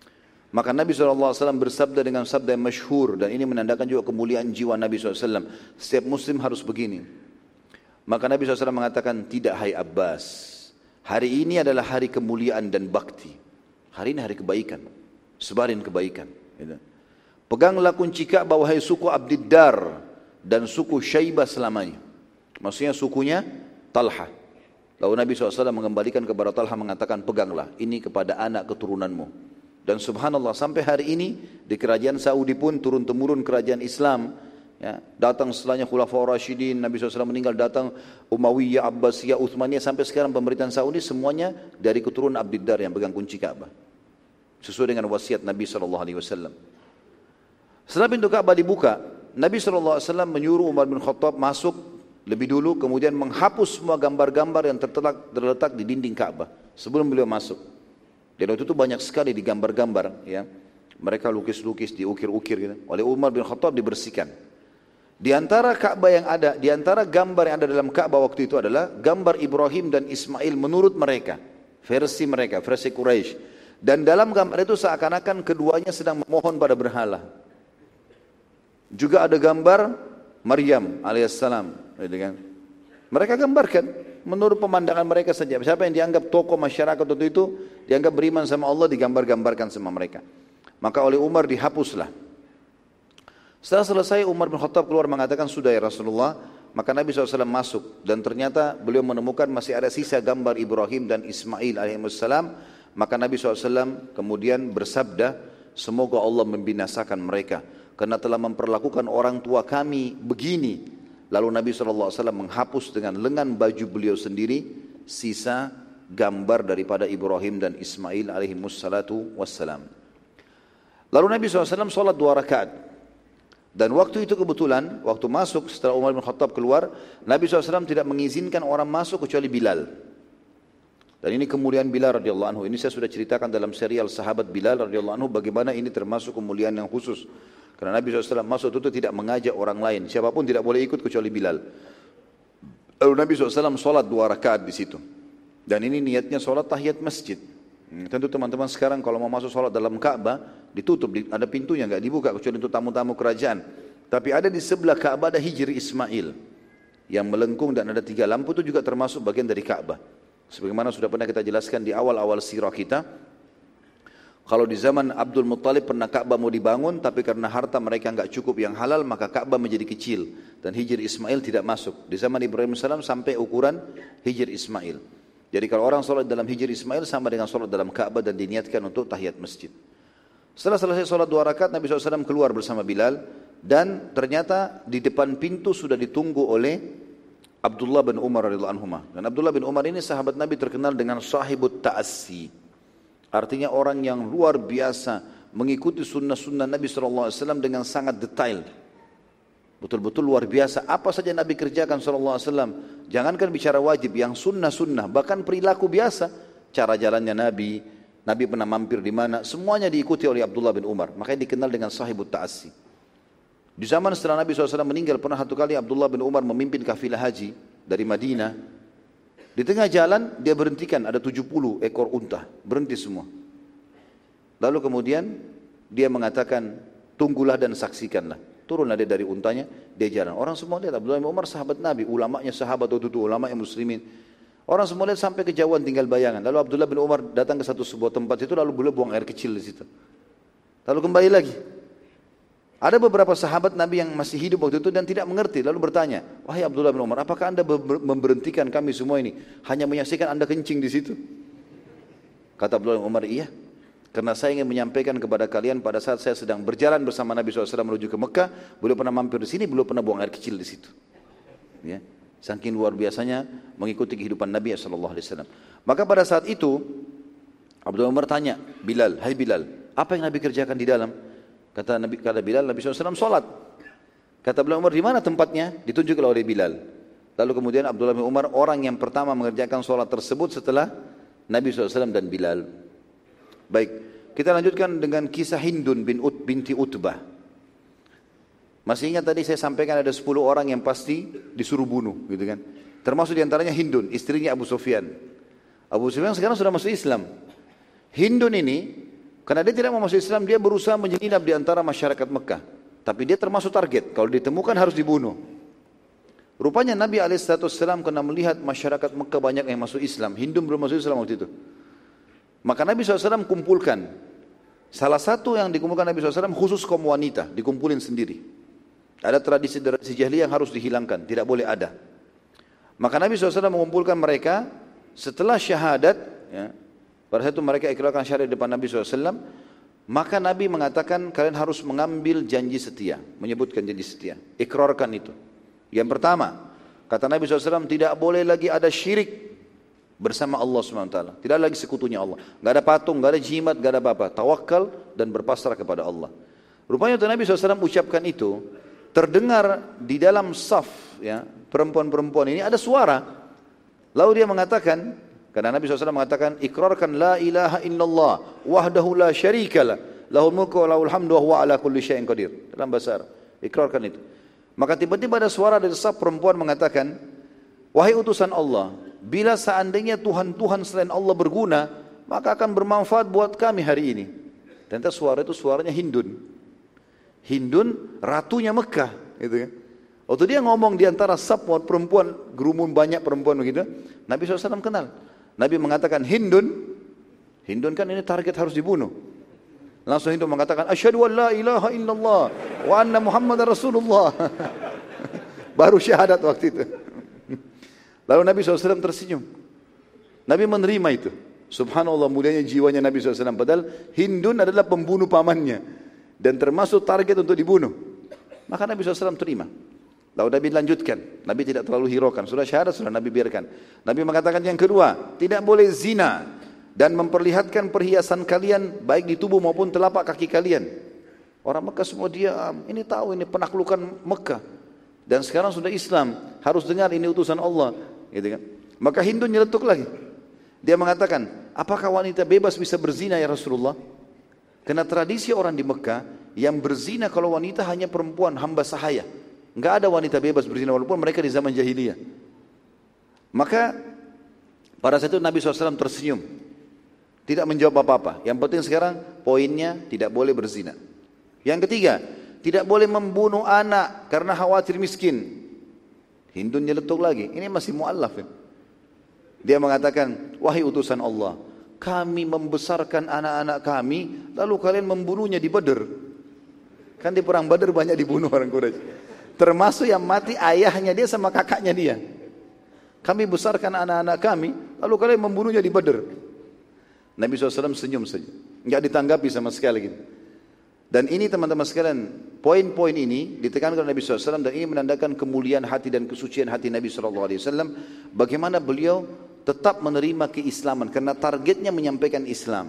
Maka Nabi SAW bersabda dengan sabda yang masyhur, dan ini menandakan juga kemuliaan jiwa Nabi SAW. Setiap muslim harus begini. Maka Nabi SAW mengatakan, tidak hai Abbas, hari ini adalah hari kemuliaan dan bakti. Hari ini hari kebaikan, sebarin kebaikan. Peganglah kunci Ka'bah wahai suku Abdiddar dan suku Syaibah selamanya. Maksudnya sukunya Talha. Lalu Nabi SAW mengembalikan kepada Talha mengatakan, peganglah ini kepada anak keturunanmu. Dan subhanallah sampai hari ini di kerajaan Saudi pun turun-temurun kerajaan Islam. Ya, datang setelahnya Khulafaur Rasyidin, Nabi SAW meninggal, datang Umayyah, Abbasiyah, Uthmaniyah, sampai sekarang pemerintahan Saudi semuanya dari keturunan Abdiddar yang pegang kunci Ka'bah. Sesuai dengan wasiat Nabi SAW. Setelah pintu Ka'bah dibuka, Nabi SAW menyuruh Umar bin Khattab masuk lebih dulu, kemudian menghapus semua gambar-gambar yang terletak di dinding Ka'bah sebelum beliau masuk. Dan waktu itu banyak sekali digambar-gambar, ya. Mereka lukis-lukis, diukir-ukir gitu. Oleh Umar bin Khattab dibersihkan. Di antara Ka'bah yang ada, di antara gambar yang ada dalam Ka'bah waktu itu adalah gambar Ibrahim dan Ismail menurut mereka, versi Quraisy. Dan dalam gambar itu seakan-akan keduanya sedang memohon pada berhala. Juga ada gambar Maryam alaihissalam, gitu kan. Mereka gambarkan menurut pemandangan mereka saja. Siapa yang dianggap tokoh masyarakat waktu itu, dianggap beriman sama Allah, digambar-gambarkan sama mereka. Maka oleh Umar dihapuslah. Setelah selesai Umar bin Khattab keluar mengatakan, sudah ya Rasulullah. Maka Nabi SAW masuk dan ternyata beliau menemukan masih ada sisa gambar Ibrahim dan Ismail alaihissalam. Maka Nabi SAW kemudian bersabda, semoga Allah membinasakan mereka karena telah memperlakukan orang tua kami begini. Lalu Nabi SAW menghapus dengan lengan baju beliau sendiri sisa gambar daripada Ibrahim dan Ismail alaihimussalatu wassalam. Lalu Nabi SAW sholat 2 rakaat. Dan waktu itu kebetulan, waktu masuk setelah Umar bin Khattab keluar, Nabi SAW tidak mengizinkan orang masuk kecuali Bilal. Dan ini kemuliaan Bilal radhiyallahu anhu. Ini saya sudah ceritakan dalam serial sahabat Bilal radhiyallahu anhu, bagaimana ini termasuk kemuliaan yang khusus. Karena Nabi SAW masuk itu tidak mengajak orang lain. Siapapun tidak boleh ikut kecuali Bilal. Lalu Nabi SAW sholat 2 rakaat di situ. Dan ini niatnya sholat tahiyat masjid. Tentu teman-teman sekarang kalau mau masuk sholat dalam Ka'bah, ditutup, ada pintunya, nggak dibuka kecuali untuk tamu-tamu kerajaan. Tapi ada di sebelah Ka'bah ada Hijr Ismail yang melengkung dan ada 3 lampu, itu juga termasuk bagian dari Ka'bah. Sebagaimana sudah pernah kita jelaskan di awal-awal sirah kita. Kalau di zaman Abdul Muttalib pernah Ka'bah mau dibangun, tapi karena harta mereka enggak cukup yang halal, maka Ka'bah menjadi kecil dan Hijr Ismail tidak masuk. Di zaman Ibrahim AS sampai ukuran Hijr Ismail. Jadi kalau orang sholat dalam Hijr Ismail sama dengan sholat dalam Ka'bah dan diniatkan untuk tahiyat masjid. Setelah selesai sholat 2 rakaat, Nabi SAW keluar bersama Bilal dan ternyata di depan pintu sudah ditunggu oleh Abdullah bin Umar radhiyallahu anhu. Dan Abdullah bin Umar ini sahabat Nabi terkenal dengan sahibut ta'assi. Artinya orang yang luar biasa mengikuti sunnah-sunnah Nabi SAW dengan sangat detail. Betul-betul luar biasa. Apa saja Nabi kerjakan SAW. Jangankan bicara wajib, yang sunnah-sunnah. Bahkan perilaku biasa. Cara jalannya Nabi. Nabi pernah mampir di mana. Semuanya diikuti oleh Abdullah bin Umar. Makanya dikenal dengan sahibut ta'assi. Di zaman setelah Nabi SAW meninggal, pernah satu kali Abdullah bin Umar memimpin kafilah haji dari Madinah. Di tengah jalan dia berhentikan, ada 70 ekor unta, berhenti semua. Lalu kemudian dia mengatakan, tunggulah dan saksikanlah. Turunlah dia dari untanya, dia jalan. Orang semua lihat, Abdullah bin Umar sahabat Nabi, ulamanya sahabat waktu itu, ulamanya muslimin. Orang semua lihat sampai kejauhan tinggal bayangan. Lalu Abdullah bin Umar datang ke sebuah tempat itu, lalu beliau buang air kecil di situ. Lalu kembali lagi. Ada beberapa sahabat Nabi yang masih hidup waktu itu dan tidak mengerti. Lalu bertanya, wahai Abdullah bin Umar, apakah anda memberhentikan kami semua ini hanya menyaksikan anda kencing di situ? Kata Abdullah bin Umar, iya. Karena saya ingin menyampaikan kepada kalian pada saat saya sedang berjalan bersama Nabi SAW menuju ke Mekah, beliau pernah mampir di sini, beliau pernah buang air kecil di situ. Ya, saking luar biasanya mengikuti kehidupan Nabi SAW. Maka pada saat itu Abdullah bin Umar tanya, Bilal, hai Bilal, apa yang Nabi kerjakan di dalam? Kata Bilal, Nabi SAW sholat. Kata Abdullah bin Umar, di mana tempatnya? Ditunjukkan oleh Bilal. Lalu kemudian Abdullah bin Umar orang yang pertama mengerjakan sholat tersebut setelah Nabi SAW dan Bilal. Baik, kita lanjutkan dengan kisah Hindun binti Utbah. Masih ingat tadi saya sampaikan ada 10 orang yang pasti disuruh bunuh, gitu kan? Termasuk diantaranya Hindun, istrinya Abu Sufyan. Abu Sufyan sekarang sudah masuk Islam. Hindun ini Karena dia tidak mau masuk Islam, dia berusaha menyelinap di antara masyarakat Mekah. Tapi dia termasuk target, kalau ditemukan harus dibunuh. Rupanya Nabi SAW kena melihat masyarakat Mekah banyak yang masuk Islam. Hindun belum masuk Islam waktu itu. Maka Nabi SAW kumpulkan. Salah satu yang dikumpulkan Nabi SAW khusus kaum wanita, dikumpulin sendiri. Ada tradisi jahiliyah yang harus dihilangkan, tidak boleh ada. Maka Nabi SAW mengumpulkan mereka setelah syahadat, ya, pada saat itu mereka ikrarkan syahadat di depan Nabi SAW, maka Nabi mengatakan kalian harus mengambil janji setia, menyebutkan janji setia, ikrarkan itu. Yang pertama, kata Nabi SAW, tidak boleh lagi ada syirik bersama Allah SWT. Tidak lagi sekutunya Allah. Tidak ada patung, tidak ada jimat, tidak ada apa-apa. Tawakal dan berpasrah kepada Allah. Rupanya waktu Nabi SAW ucapkan itu, terdengar di dalam saf, ya, perempuan-perempuan ini ada suara. Lalu dia mengatakan, karena Nabi SAW mengatakan, ikrarkan la ilaha illallah, wahdahu la syarikalah, lahul mulku wa lahul hamdu wa huwa ala kulli syai'in qadir. Dalam bahasa Arab, ikrarkan itu. Maka tiba-tiba ada suara dari saf perempuan mengatakan, wahai utusan Allah, bila seandainya Tuhan-Tuhan selain Allah berguna, maka akan bermanfaat buat kami hari ini. Ternyata suara itu suaranya Hindun. Hindun ratunya Mekah, gitu kan. Waktu dia ngomong di antara saf perempuan, gerumun banyak perempuan begitu, Nabi SAW kenal. Nabi mengatakan Hindun. Hindun kan ini target harus dibunuh. Langsung Hindun mengatakan asyhadu an la ilaha illallah wa anna Muhammadar Rasulullah. Baru syahadat waktu itu. Lalu Nabi SAW tersenyum. Nabi menerima itu. Subhanallah mulianya jiwanya Nabi SAW. Padahal Hindun adalah pembunuh pamannya. Dan termasuk target untuk dibunuh. Maka Nabi SAW terima. Lalu Nabi lanjutkan. Nabi tidak terlalu hiraukan. Sudah syahadat, sudah Nabi biarkan. Nabi mengatakan yang kedua, tidak boleh zina. Dan memperlihatkan perhiasan kalian baik di tubuh maupun telapak kaki kalian. Orang Mekah semua diam. Ini tahu ini penaklukan Mekah. Dan sekarang sudah Islam. Harus dengar ini utusan Allah. Gitu kan? Maka Hindun nyeletuk lagi. Dia mengatakan, apakah wanita bebas bisa berzina ya Rasulullah? Karena tradisi orang di Mekah, yang berzina kalau wanita hanya perempuan, hamba sahaya. Enggak ada wanita bebas berzina walaupun mereka di zaman jahiliyah. Maka pada saat itu Nabi SAW tersenyum. Tidak menjawab apa-apa. Yang penting sekarang poinnya tidak boleh berzina. Yang ketiga, tidak boleh membunuh anak karena khawatir miskin. Hindun nyeletuk lagi. Ini masih mu'allaf. Ya? Dia mengatakan, wahai utusan Allah, kami membesarkan anak-anak kami, lalu kalian membunuhnya di Badr. Kan di perang Badr banyak dibunuh orang Quraisy. Termasuk yang mati ayahnya dia sama kakaknya dia. Kami besarkan anak-anak kami, lalu kalian membunuhnya di Badr. Nabi SAW senyum saja. Enggak ditanggapi sama sekali. Gitu. Dan ini teman-teman sekalian, poin-poin ini ditekankan oleh Nabi SAW dan ini menandakan kemuliaan hati dan kesucian hati Nabi SAW. Bagaimana beliau tetap menerima keislaman karena targetnya menyampaikan Islam.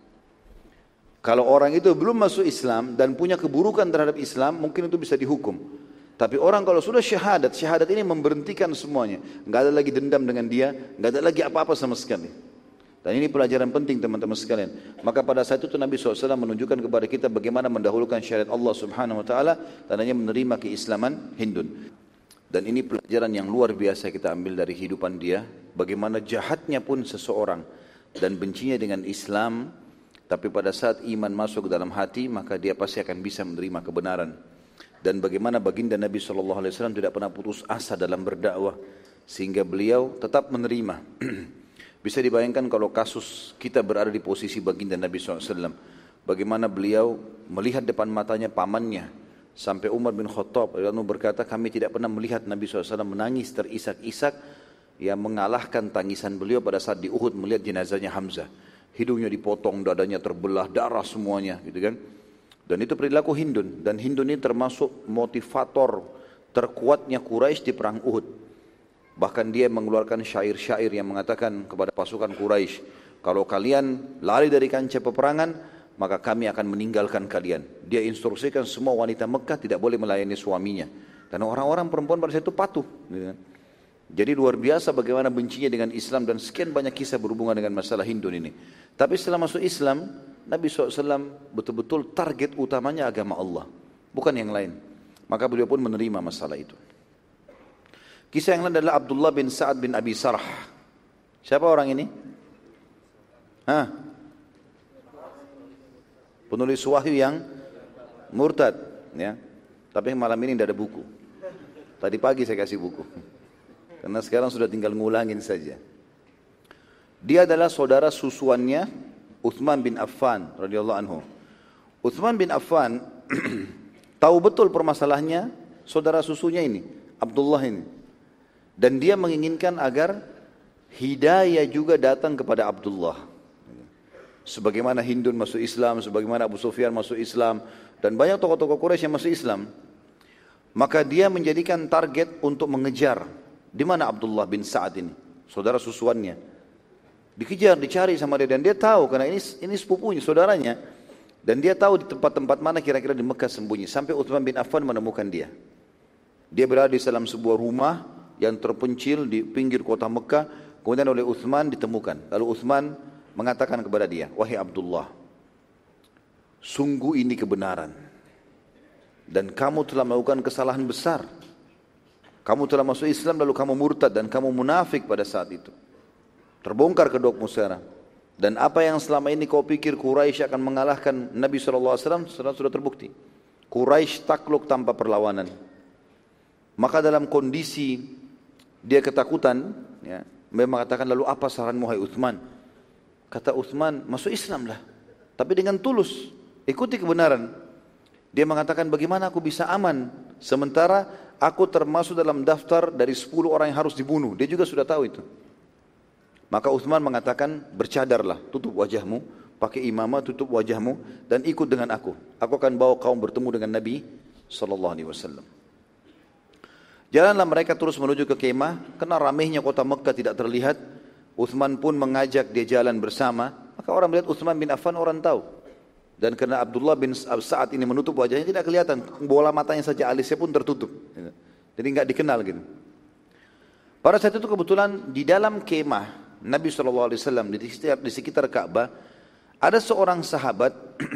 Kalau orang itu belum masuk Islam dan punya keburukan terhadap Islam, mungkin itu bisa dihukum. Tapi orang kalau sudah syahadat, syahadat ini memberhentikan semuanya. Enggak ada lagi dendam dengan dia, enggak ada lagi apa-apa sama sekali. Dan ini pelajaran penting teman-teman sekalian. Maka pada saat itu Nabi SAW menunjukkan kepada kita bagaimana mendahulukan syariat Allah Subhanahu Wa Taala dan hanya menerima keislaman Hindun. Dan ini pelajaran yang luar biasa kita ambil dari kehidupan dia. Bagaimana jahatnya pun seseorang dan bencinya dengan Islam. Tapi pada saat iman masuk ke dalam hati, maka dia pasti akan bisa menerima kebenaran. Dan bagaimana baginda Nabi SAW tidak pernah putus asa dalam berdakwah. Sehingga beliau tetap menerima. Bisa dibayangkan kalau kasus kita berada di posisi baginda Nabi SAW. Bagaimana beliau melihat depan matanya pamannya. Sampai Umar bin Khattab berkata, kami tidak pernah melihat Nabi SAW menangis terisak-isak. Yang mengalahkan tangisan beliau pada saat di Uhud melihat jenazahnya Hamzah. Hidungnya dipotong, dadanya terbelah, darah semuanya. Gitu kan. Dan itu perilaku Hindun. Dan Hindun ini termasuk motivator terkuatnya Quraisy di perang Uhud. Bahkan dia mengeluarkan syair-syair yang mengatakan kepada pasukan Quraisy, kalau kalian lari dari kancah peperangan, maka kami akan meninggalkan kalian. Dia instruksikan semua wanita Mekah tidak boleh melayani suaminya. Dan orang-orang perempuan pada saat itu patuh. Jadi luar biasa bagaimana bencinya dengan Islam dan sekian banyak kisah berhubungan dengan masalah Hindun ini. Tapi setelah masuk Islam, Nabi SAW betul-betul target utamanya agama Allah, bukan yang lain. Maka beliau pun menerima masalah itu. Kisah yang lain adalah Abdullah bin Sa'ad bin Abi Sarh. Siapa orang ini? Penulis wahyu yang murtad, ya. Tapi malam ini tidak ada buku. Tadi pagi saya kasih buku. Karena sekarang sudah tinggal ngulangin saja. Dia adalah saudara susuannya Utsman bin Affan radhiyallahu anhu. Utsman bin Affan tahu betul permasalahannya saudara susunya ini, Abdullah ini. Dan dia menginginkan agar hidayah juga datang kepada Abdullah. Sebagaimana Hindun masuk Islam, sebagaimana Abu Sufyan masuk Islam, dan banyak tokoh-tokoh Quraisy yang masuk Islam. Maka dia menjadikan target untuk mengejar di mana Abdullah bin Sa'ad ini, saudara susuannya. Dikejar, dicari sama dia, dan dia tahu karena ini sepupunya, saudaranya. Dan dia tahu di tempat-tempat mana kira-kira di Mekah sembunyi. Sampai Utsman bin Affan menemukan dia. Dia berada di dalam sebuah rumah yang terpencil di pinggir kota Mekah. Kemudian oleh Utsman ditemukan. Lalu Utsman mengatakan kepada dia, wahai Abdullah, sungguh ini kebenaran. Dan kamu telah melakukan kesalahan besar. Kamu telah masuk Islam lalu kamu murtad dan kamu munafik pada saat itu. Terbongkar kedokmu sekarang. Dan apa yang selama ini kau pikir Quraisy akan mengalahkan Nabi SAW sudah terbukti. Quraisy takluk tanpa perlawanan. Maka dalam kondisi dia ketakutan, ya, memang mengatakan, lalu apa saranmu hai Utsman? Kata Utsman, masuk Islam lah. Tapi dengan tulus, ikuti kebenaran. Dia mengatakan, bagaimana aku bisa aman? Sementara aku termasuk dalam daftar dari 10 orang yang harus dibunuh. Dia juga sudah tahu itu. Maka Utsman mengatakan, bercadarlah, tutup wajahmu, pakai imamah, tutup wajahmu, dan ikut dengan aku. Aku akan bawa kaum bertemu dengan Nabi SAW. Jalanlah mereka terus menuju ke kemah, karena ramainya kota Mekah tidak terlihat. Utsman pun mengajak dia jalan bersama. Maka orang melihat Utsman bin Affan, orang tahu. Dan karena Abdullah bin Sa'ad ini menutup wajahnya, tidak kelihatan. Bola matanya saja, alisnya pun tertutup. Jadi enggak dikenal gitu. Pada saat itu kebetulan di dalam kemah Nabi SAW di sekitar Ka'bah ada seorang sahabat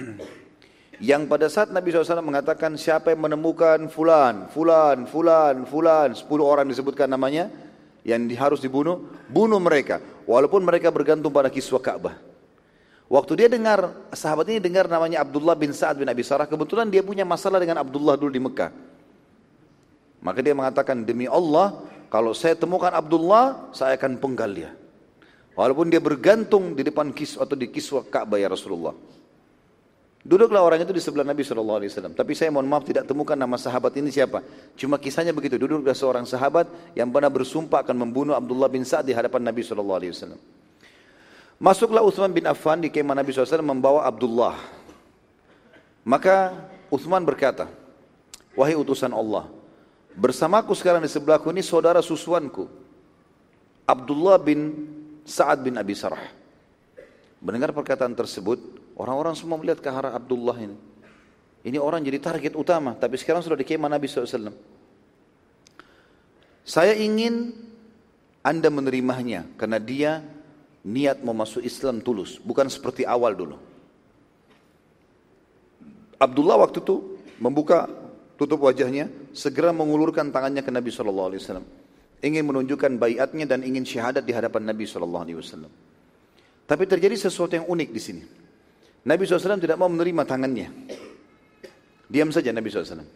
yang pada saat Nabi SAW mengatakan siapa yang menemukan fulan 10 orang disebutkan namanya yang harus dibunuh, bunuh mereka walaupun mereka bergantung pada kiswah Ka'bah. Waktu dia dengar, sahabat ini dengar namanya Abdullah bin Sa'ad bin Abi Sarah, kebetulan dia punya masalah dengan Abdullah dulu di Mekah. Maka dia mengatakan, demi Allah, kalau saya temukan Abdullah, saya akan penggal dia. Walaupun dia bergantung di depan kiswah atau di kiswah Ka'bah ya Rasulullah. Duduklah orang itu di sebelah Nabi SAW. Tapi saya mohon maaf tidak temukan nama sahabat ini siapa. Cuma kisahnya begitu. Duduklah seorang sahabat yang pernah bersumpah akan membunuh Abdullah bin Sa'ad di hadapan Nabi SAW. Masuklah Utsman bin Affan di kemah Nabi SAW membawa Abdullah. Maka Utsman berkata, wahai utusan Allah, bersamaku sekarang di sebelahku ini saudara susuanku, Abdullah bin Sa'ad bin Abi Sarah. Mendengar perkataan tersebut, orang-orang semua melihat ke arah Abdullah ini. Ini orang jadi target utama, tapi sekarang sudah di kemah Nabi SAW. Saya ingin Anda menerimanya, karena dia niat mau masuk Islam tulus, bukan seperti awal dulu. Abdullah waktu itu membuka, tutup wajahnya, segera mengulurkan tangannya ke Nabi SAW. Ingin menunjukkan baiatnya dan ingin syahadat di hadapan Nabi SAW. Tapi terjadi sesuatu yang unik di sini. Nabi SAW tidak mau menerima tangannya. Diam saja Nabi SAW.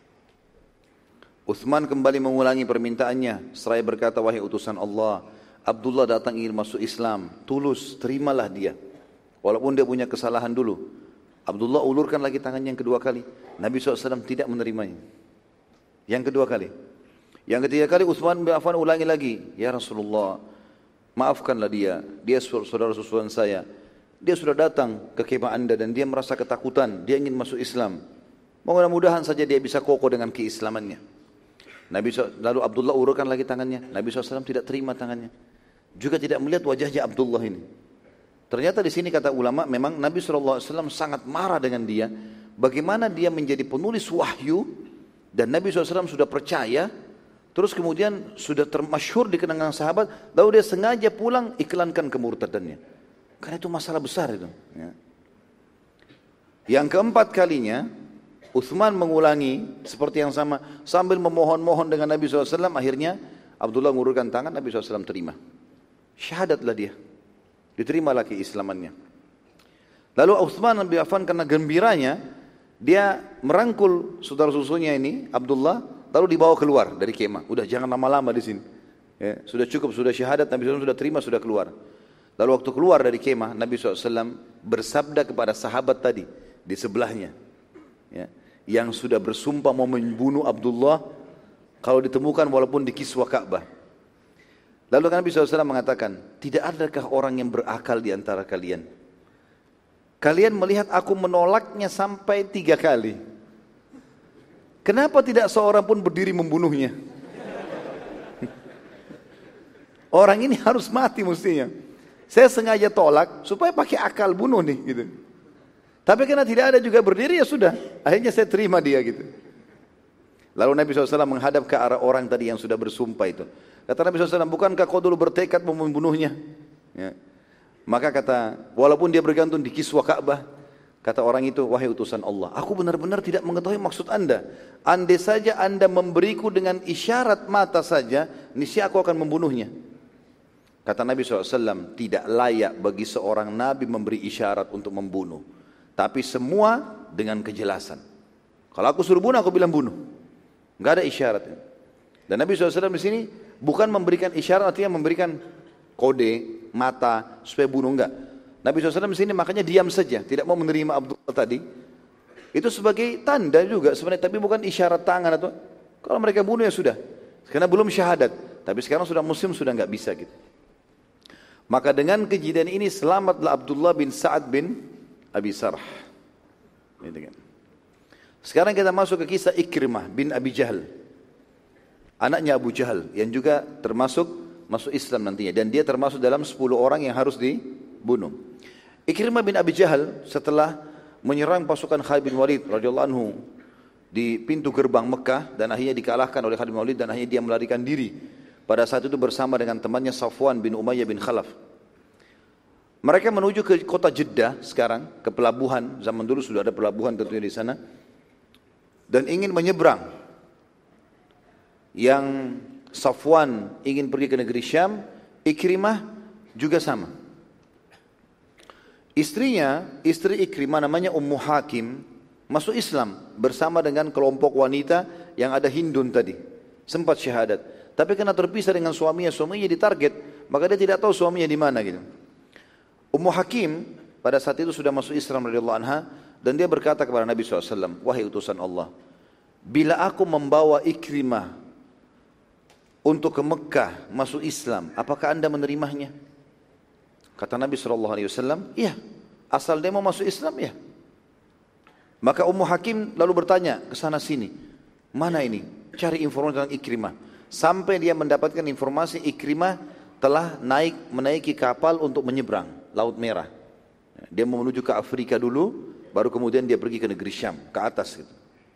Utsman kembali mengulangi permintaannya. Seraya berkata, wahai utusan Allah, Abdullah datang ingin masuk Islam. Tulus, terimalah dia. Walaupun dia punya kesalahan dulu. Abdullah ulurkan lagi tangannya yang kedua kali. Nabi SAW tidak menerimanya. Yang kedua kali. Yang ketiga kali Utsman bin Affan ulangi lagi. Ya Rasulullah, maafkanlah dia. Dia saudara susuan saya. Dia sudah datang ke kemah Anda dan dia merasa ketakutan. Dia ingin masuk Islam. Mudah-mudahan saja dia bisa kokoh dengan keislamannya. Lalu Abdullah urutkan lagi tangannya. Nabi SAW tidak terima tangannya. Juga tidak melihat wajahnya Abdullah ini. Ternyata di sini kata ulama, memang Nabi SAW sangat marah dengan dia. Bagaimana dia menjadi penulis wahyu dan Nabi SAW sudah percaya. Terus kemudian sudah termasyhur di kenangan sahabat, lalu dia sengaja pulang iklankan kemurtadannya. Karena itu masalah besar itu. Ya. Yang keempat kalinya, Utsman mengulangi seperti yang sama, sambil memohon-mohon dengan Nabi SAW, akhirnya Abdullah mengulurkan tangan, Nabi SAW terima. Syahadatlah dia, diterimalah keislamannya. Lalu Utsman bin Affan karena gembiranya, dia merangkul saudara susunya ini, Abdullah, lalu dibawa keluar dari kemah. Udah jangan lama-lama di sini. Ya, sudah cukup, sudah syahadat, Nabi SAW sudah terima, sudah keluar. Lalu waktu keluar dari kemah, Nabi SAW bersabda kepada sahabat tadi di sebelahnya, ya, yang sudah bersumpah mau membunuh Abdullah kalau ditemukan walaupun di kiswah Ka'bah. Lalu Nabi SAW mengatakan, tidak adakah orang yang berakal di antara kalian? Kalian melihat aku menolaknya sampai 3 kali. Kenapa tidak seorang pun berdiri membunuhnya? Orang ini harus mati mestinya. Saya sengaja tolak supaya pakai akal bunuh nih gitu. Tapi karena tidak ada juga berdiri, ya sudah. Akhirnya saya terima dia gitu. Lalu Nabi SAW menghadap ke arah orang tadi yang sudah bersumpah itu. Kata Nabi SAW, bukankah kau dulu bertekad mau membunuhnya? Ya. Maka kata, walaupun dia bergantung di kiswah Ka'bah, kata orang itu, wahai utusan Allah, aku benar-benar tidak mengetahui maksud anda. Andai saja anda memberiku dengan isyarat mata saja, niscaya aku akan membunuhnya. Kata Nabi SAW, tidak layak bagi seorang Nabi memberi isyarat untuk membunuh. Tapi semua dengan kejelasan. Kalau aku suruh bunuh, aku bilang bunuh. Enggak ada isyarat. Dan Nabi SAW di sini bukan memberikan isyarat, artinya memberikan kode, mata, supaya bunuh, enggak. Nabi SAW di sini makanya diam saja, tidak mau menerima Abdullah tadi. Itu sebagai tanda juga sebenarnya, tapi bukan isyarat tangan atau kalau mereka bunuh ya sudah. Karena belum syahadat, tapi sekarang sudah muslim, sudah enggak bisa gitu. Maka dengan kejadian ini selamatlah Abdullah bin Sa'ad bin Abi Sarh. Sekarang kita masuk ke kisah Ikrimah bin Abi Jahal, anaknya Abu Jahal yang juga masuk Islam nantinya, dan dia termasuk dalam 10 orang yang harus dibunuh. Ikrimah bin Abi Jahal setelah menyerang pasukan Khalid bin Walid radhiyallahu anhu di pintu gerbang Mekah dan akhirnya dikalahkan oleh Khalid bin Walid dan akhirnya dia melarikan diri. Pada saat itu bersama dengan temannya Safwan bin Umayyah bin Khalaf. Mereka menuju ke kota Jeddah sekarang, ke pelabuhan. Zaman dulu sudah ada pelabuhan tentunya di sana. Dan ingin menyeberang. Yang Safwan ingin pergi ke negeri Syam, Ikrimah juga sama. Istri Ikrimah namanya Ummu Hakim, masuk Islam bersama dengan kelompok wanita yang ada Hindun tadi. Sempat syahadat. Tapi karena terpisah dengan suaminya ditarget, maka dia tidak tahu suaminya di mana gitu. Ummu Hakim pada saat itu sudah masuk Islam radhiyallahu anha, dan dia berkata kepada Nabi SAW, wahai utusan Allah, bila aku membawa Ikrimah untuk ke Mekah masuk Islam, apakah anda menerimanya? Kata Nabi SAW, iya, asal dia mau masuk Islam ya. Maka Ummu Hakim lalu bertanya ke sana sini, mana ini? Cari informasi tentang Ikrimah. Sampai dia mendapatkan informasi Ikrimah telah menaiki kapal untuk menyeberang Laut Merah. Dia mau menuju ke Afrika dulu, baru kemudian dia pergi ke negeri Syam, ke atas gitu.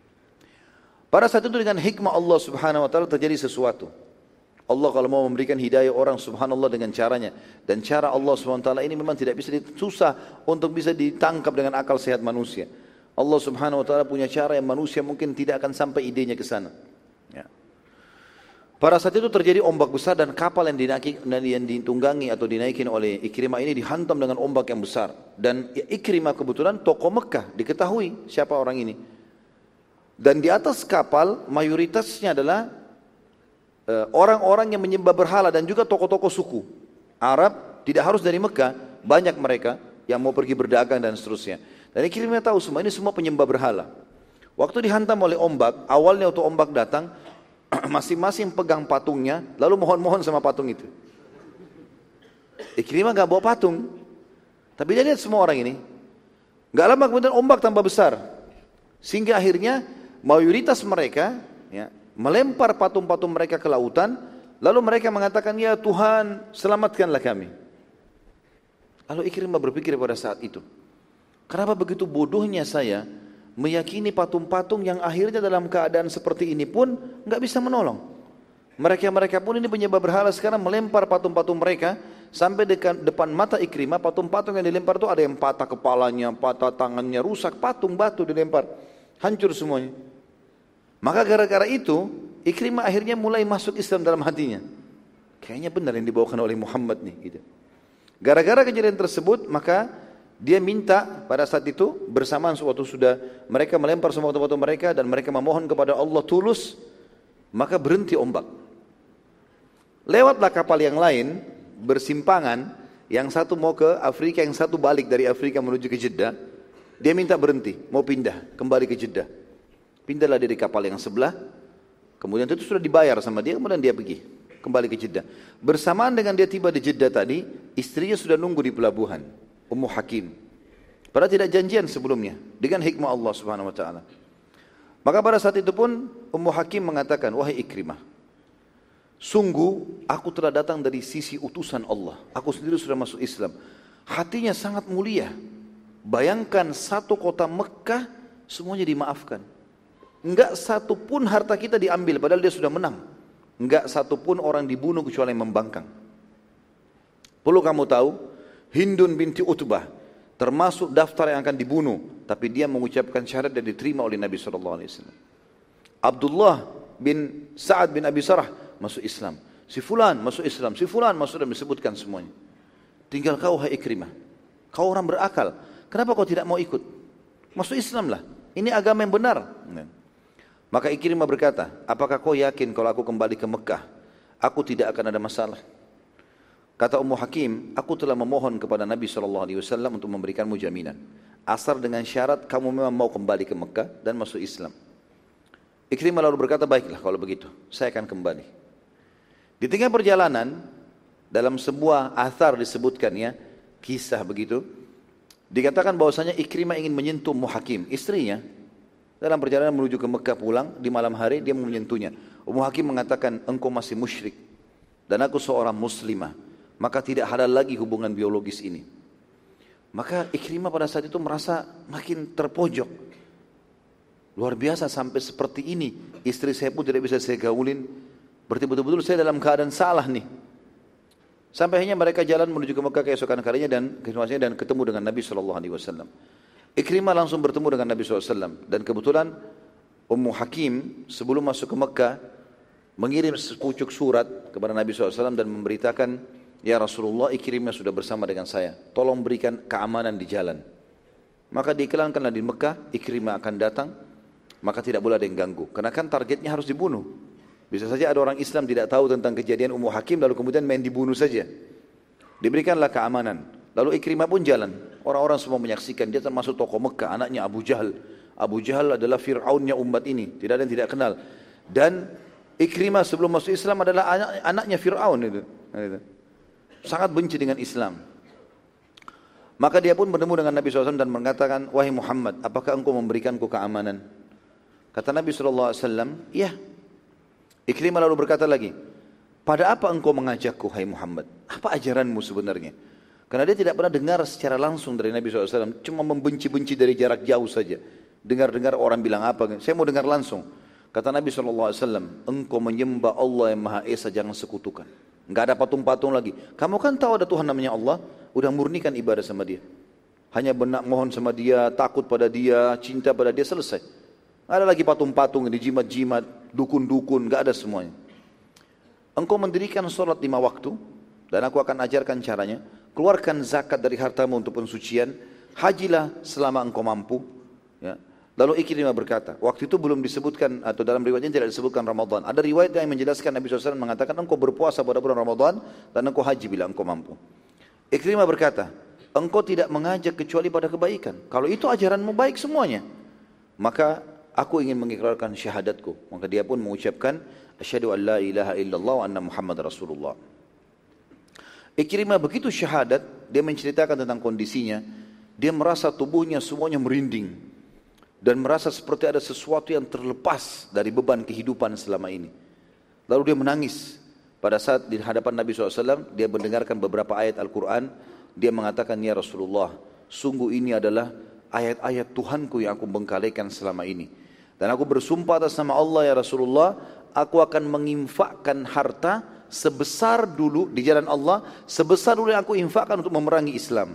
Pada saat itu dengan hikmah Allah Subhanahu wa taala terjadi sesuatu. Allah kalau mau memberikan hidayah orang subhanallah dengan caranya. Dan cara Allah SWT ini memang tidak bisa susah untuk bisa ditangkap dengan akal sehat manusia. Allah Subhanahu wa taala punya cara yang manusia mungkin tidak akan sampai idenya ke sana. Ya. Pada saat itu terjadi ombak besar dan kapal yang ditunggangi atau dinaikin oleh Ikrimah ini dihantam dengan ombak yang besar. Dan Ikrimah kebetulan tokoh Mekah, diketahui siapa orang ini. Dan di atas kapal mayoritasnya adalah orang-orang yang menyembah berhala dan juga tokoh-tokoh suku Arab, tidak harus dari Mekah, banyak mereka yang mau pergi berdagang dan seterusnya. Dan Ikrimah tahu semua ini semua penyembah berhala. Waktu dihantam oleh ombak, awalnya waktu ombak datang, masing-masing pegang patungnya, lalu mohon-mohon sama patung itu. Ikrimah gak bawa patung, tapi dia lihat semua orang ini. Gak lama kemudian ombak tambah besar, sehingga akhirnya mayoritas mereka ya, melempar patung-patung mereka ke lautan, lalu mereka mengatakan, ya Tuhan selamatkanlah kami. Lalu Ikrimah berpikir pada saat itu, kenapa begitu bodohnya saya meyakini patung-patung yang akhirnya dalam keadaan seperti ini pun nggak bisa menolong. Mereka pun ini penyembah berhala sekarang melempar patung-patung mereka sampai depan mata Ikrimah. Patung-patung yang dilempar itu ada yang patah kepalanya, patah tangannya, rusak, patung batu dilempar, hancur semuanya. Maka gara-gara itu Ikrimah akhirnya mulai masuk Islam dalam hatinya. Kayaknya benar yang dibawakan oleh Muhammad nih gitu. Gara-gara kejadian tersebut maka Dia minta pada saat itu bersamaan suatu sudah mereka melempar semua batu-batu mereka dan mereka memohon kepada Allah tulus, maka berhenti ombak. Lewatlah kapal yang lain bersimpangan, yang satu mau ke Afrika, yang satu balik dari Afrika menuju ke Jeddah. Dia minta berhenti, mau pindah kembali ke Jeddah. Pindahlah dari kapal yang sebelah. Kemudian itu sudah dibayar sama dia, kemudian dia pergi kembali ke Jeddah. Bersamaan dengan dia tiba di Jeddah tadi, istrinya sudah nunggu di pelabuhan. Ummu Hakim. Padahal tidak janjian sebelumnya dengan hikmah Allah Subhanahu wa taala. Maka pada saat itu pun Ummu Hakim mengatakan, "Wahai Ikrimah, sungguh aku telah datang dari sisi utusan Allah. Aku sendiri sudah masuk Islam." Hatinya sangat mulia. Bayangkan satu kota Mekah semuanya dimaafkan. Enggak satu pun harta kita diambil padahal dia sudah menang. Enggak satu pun orang dibunuh kecuali yang membangkang. Perlu kamu tahu, Hindun binti Utbah termasuk daftar yang akan dibunuh, tapi dia mengucapkan syahadat dan diterima oleh Nabi SAW. Abdullah bin Sa'ad bin Abi Sarah masuk Islam. Si fulan masuk Islam, si fulan masuk, dan disebutkan semuanya. Tinggal kau, hai Ikrimah. Kau orang berakal. Kenapa kau tidak mau ikut? Masuk Islam lah. Ini agama yang benar. Maka Ikrimah berkata, apakah kau yakin kalau aku kembali ke Mekah, aku tidak akan ada masalah? Kata Ummu Hakim, aku telah memohon kepada Nabi SAW untuk memberikanmu jaminan. Asal dengan syarat kamu memang mau kembali ke Mekah dan masuk Islam. Ikrimah lalu berkata, baiklah kalau begitu, saya akan kembali. Di tengah perjalanan, dalam sebuah athar disebutkan ya, kisah begitu, dikatakan bahwasanya Ikrimah ingin menyentuh Ummu Hakim, istrinya. Dalam perjalanan menuju ke Mekah pulang, di malam hari dia menyentuhnya. Ummu Hakim mengatakan, engkau masih musyrik dan aku seorang muslimah, maka tidak halal lagi hubungan biologis ini. Maka Ikrimah pada saat itu merasa makin terpojok. Luar biasa sampai seperti ini. Istri saya pun tidak bisa saya gaulin. Berarti betul-betul saya dalam keadaan salah nih. Sampai akhirnya mereka jalan menuju ke Mekah keesokan harinya dan ketemu dengan Nabi SAW. Ikrimah langsung bertemu dengan Nabi SAW. Dan kebetulan Ummu Hakim sebelum masuk ke Mekah mengirim sepucuk surat kepada Nabi SAW dan memberitakan, ya Rasulullah, Ikrimah sudah bersama dengan saya. Tolong berikan keamanan di jalan. Maka diiklankanlah di Mekah, Ikrimah akan datang, maka tidak boleh ada yang ganggu. Karena kan targetnya harus dibunuh. Bisa saja ada orang Islam tidak tahu tentang kejadian Ummu Hakim lalu kemudian main dibunuh saja. Diberikanlah keamanan. Lalu Ikrimah pun jalan. Orang-orang semua menyaksikan. Dia termasuk tokoh Mekah, anaknya Abu Jahal. Abu Jahal adalah Fir'aunnya umat ini. Tidak ada yang tidak kenal. Dan Ikrimah sebelum masuk Islam adalah anaknya Fir'aun itu. Sangat benci dengan Islam. Maka dia pun bertemu dengan Nabi SAW dan mengatakan, wahai Muhammad, apakah engkau memberikanku keamanan? Kata Nabi SAW, iya. Ikrimah lalu berkata lagi, pada apa engkau mengajakku, hai Muhammad? Apa ajaranmu sebenarnya? Karena dia tidak pernah dengar secara langsung dari Nabi SAW, cuma membenci-benci dari jarak jauh saja. Dengar-dengar orang bilang apa, saya mau dengar langsung. Kata Nabi SAW, engkau menyembah Allah yang Maha Esa, jangan sekutukan. Enggak ada patung-patung lagi. Kamu kan tahu ada Tuhan namanya Allah, udah murnikan ibadah sama dia. Hanya benak mohon sama dia, takut pada dia, cinta pada dia, selesai. Enggak ada lagi patung-patung, jimat-jimat, dukun-dukun, enggak ada semuanya. Engkau mendirikan sholat 5 waktu, dan aku akan ajarkan caranya. Keluarkan zakat dari hartamu untuk pensucian, hajilah selama engkau mampu. Ya. Lalu Ikrimah berkata, waktu itu belum disebutkan, atau dalam riwayatnya tidak disebutkan Ramadan. Ada riwayat yang menjelaskan Nabi SAW mengatakan, engkau berpuasa pada bulan Ramadan, dan engkau haji bila engkau mampu. Ikrimah berkata, engkau tidak mengajak kecuali pada kebaikan. Kalau itu ajaranmu baik semuanya, maka aku ingin mengikrarkan syahadatku. Maka dia pun mengucapkan, asyhadu an la ilaha illallah wa anna Muhammad Rasulullah. Ikrimah begitu syahadat, dia menceritakan tentang kondisinya. Dia merasa tubuhnya semuanya merinding. Dan merasa seperti ada sesuatu yang terlepas dari beban kehidupan selama ini. Lalu dia menangis. Pada saat di hadapan Nabi SAW, dia mendengarkan beberapa ayat Al-Quran. Dia mengatakan, ya Rasulullah, sungguh ini adalah ayat-ayat Tuhanku yang aku bengkalikan selama ini. Dan aku bersumpah atas nama Allah, ya Rasulullah, aku akan menginfakkan harta sebesar dulu di jalan Allah, sebesar dulu yang aku infakkan untuk memerangi Islam.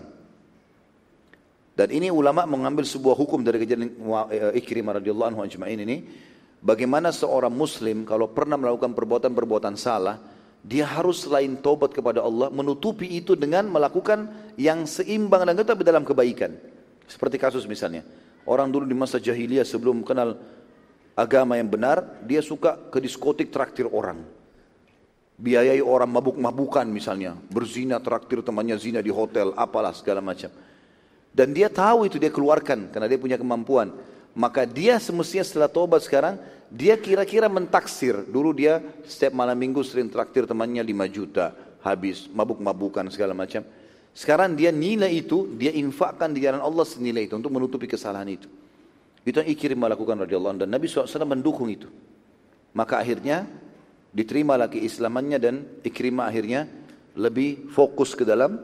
Dan ini ulama mengambil sebuah hukum dari kejadian Ikrimah radhiyallahu anhu ajma'in ini, bagaimana seorang muslim kalau pernah melakukan perbuatan-perbuatan salah, dia harus selain taubat kepada Allah, menutupi itu dengan melakukan yang seimbang dan tetap dalam kebaikan. Seperti kasus misalnya, orang dulu di masa jahiliyah sebelum kenal agama yang benar, dia suka ke diskotik traktir orang. Biayai orang mabuk-mabukan misalnya, berzina, traktir temannya zina di hotel, apalah segala macam. Dan dia tahu itu dia keluarkan karena dia punya kemampuan. Maka dia semestinya setelah taubat sekarang, dia kira-kira mentaksir. Dulu dia setiap malam minggu sering traktir temannya 5 juta, habis mabuk-mabukan segala macam. Sekarang dia nilai itu, dia infakkan di jalan Allah senilai itu untuk menutupi kesalahan itu. Itu yang Ikrimah lakukan radhiyallahu anhu, dan Nabi SAW mendukung itu. Maka akhirnya diterima lagi keislamannya dan Ikrimah akhirnya lebih fokus ke dalam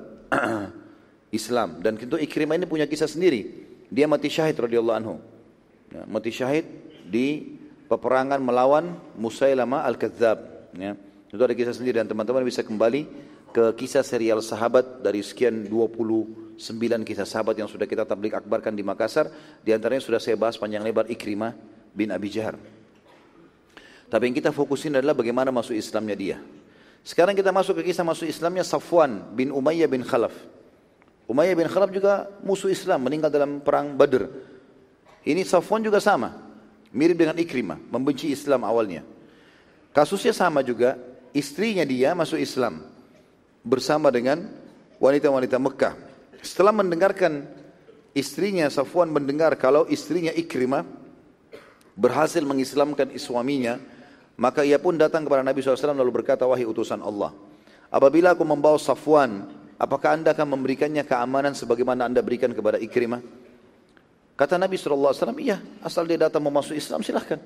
Islam. Dan tentu Ikrimah ini punya kisah sendiri. Dia mati syahid radhiyallahu anhu. Ya, mati syahid di peperangan melawan Musailamah Al-Kadzab. Ya. Itu ada kisah sendiri dan teman-teman bisa kembali ke kisah serial sahabat dari sekian 29 kisah sahabat yang sudah kita tabligh akbarkan di Makassar. Di antaranya sudah saya bahas panjang lebar Ikrimah bin Abi Jahar. Tapi yang kita fokusin adalah bagaimana masuk Islamnya dia. Sekarang kita masuk ke kisah masuk Islamnya Safwan bin Umayyah bin Khalaf. Umayyah bin Khalaf juga musuh Islam, meninggal dalam perang Badr. Ini Safwan juga sama, mirip dengan Ikrimah, membenci Islam awalnya. Kasusnya sama juga, istrinya dia masuk Islam bersama dengan wanita-wanita Mekah. Setelah mendengarkan istrinya, Safwan mendengar kalau istrinya Ikrimah berhasil mengislamkan suaminya, maka ia pun datang kepada Nabi SAW lalu berkata, wahai utusan Allah, apabila aku membawa Safwan, apakah anda akan memberikannya keamanan sebagaimana anda berikan kepada Ikrimah? Kata Nabi SAW, iya, asal dia datang mau masuk Islam silahkan.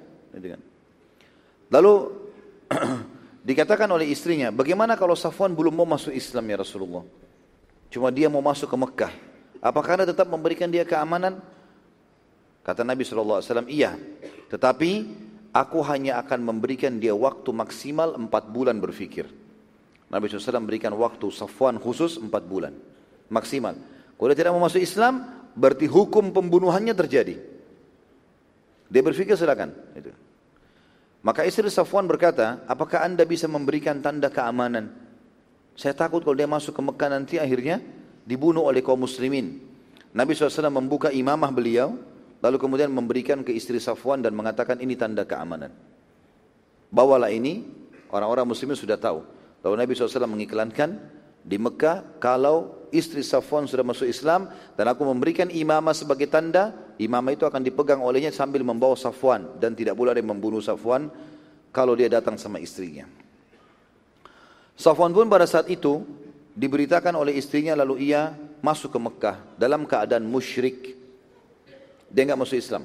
Lalu dikatakan oleh istrinya, bagaimana kalau Safwan belum mau masuk Islam ya Rasulullah? Cuma dia mau masuk ke Mekah. Apakah anda tetap memberikan dia keamanan? Kata Nabi SAW, iya. Tetapi aku hanya akan memberikan dia waktu maksimal 4 bulan berfikir. Nabi SAW memberikan waktu Safwan khusus 4 bulan. Maksimal. Kalau dia tidak mau masuk Islam, berarti hukum pembunuhannya terjadi. Dia berfikir silakan. Itu. Maka istri Safwan berkata, apakah anda bisa memberikan tanda keamanan? Saya takut kalau dia masuk ke Mekah nanti akhirnya dibunuh oleh kaum muslimin. Nabi SAW membuka imamah beliau, lalu kemudian memberikan ke istri Safwan dan mengatakan ini tanda keamanan. Bawalah ini, orang-orang muslimin sudah tahu. Lalu Nabi SAW mengiklankan di Mekah, kalau istri Safwan sudah masuk Islam dan aku memberikan imamah sebagai tanda, imamah itu akan dipegang olehnya sambil membawa Safwan dan tidak boleh ada yang membunuh Safwan kalau dia datang sama istrinya. Safwan pun pada saat itu diberitakan oleh istrinya, lalu ia masuk ke Mekah dalam keadaan musyrik. Dia enggak masuk Islam.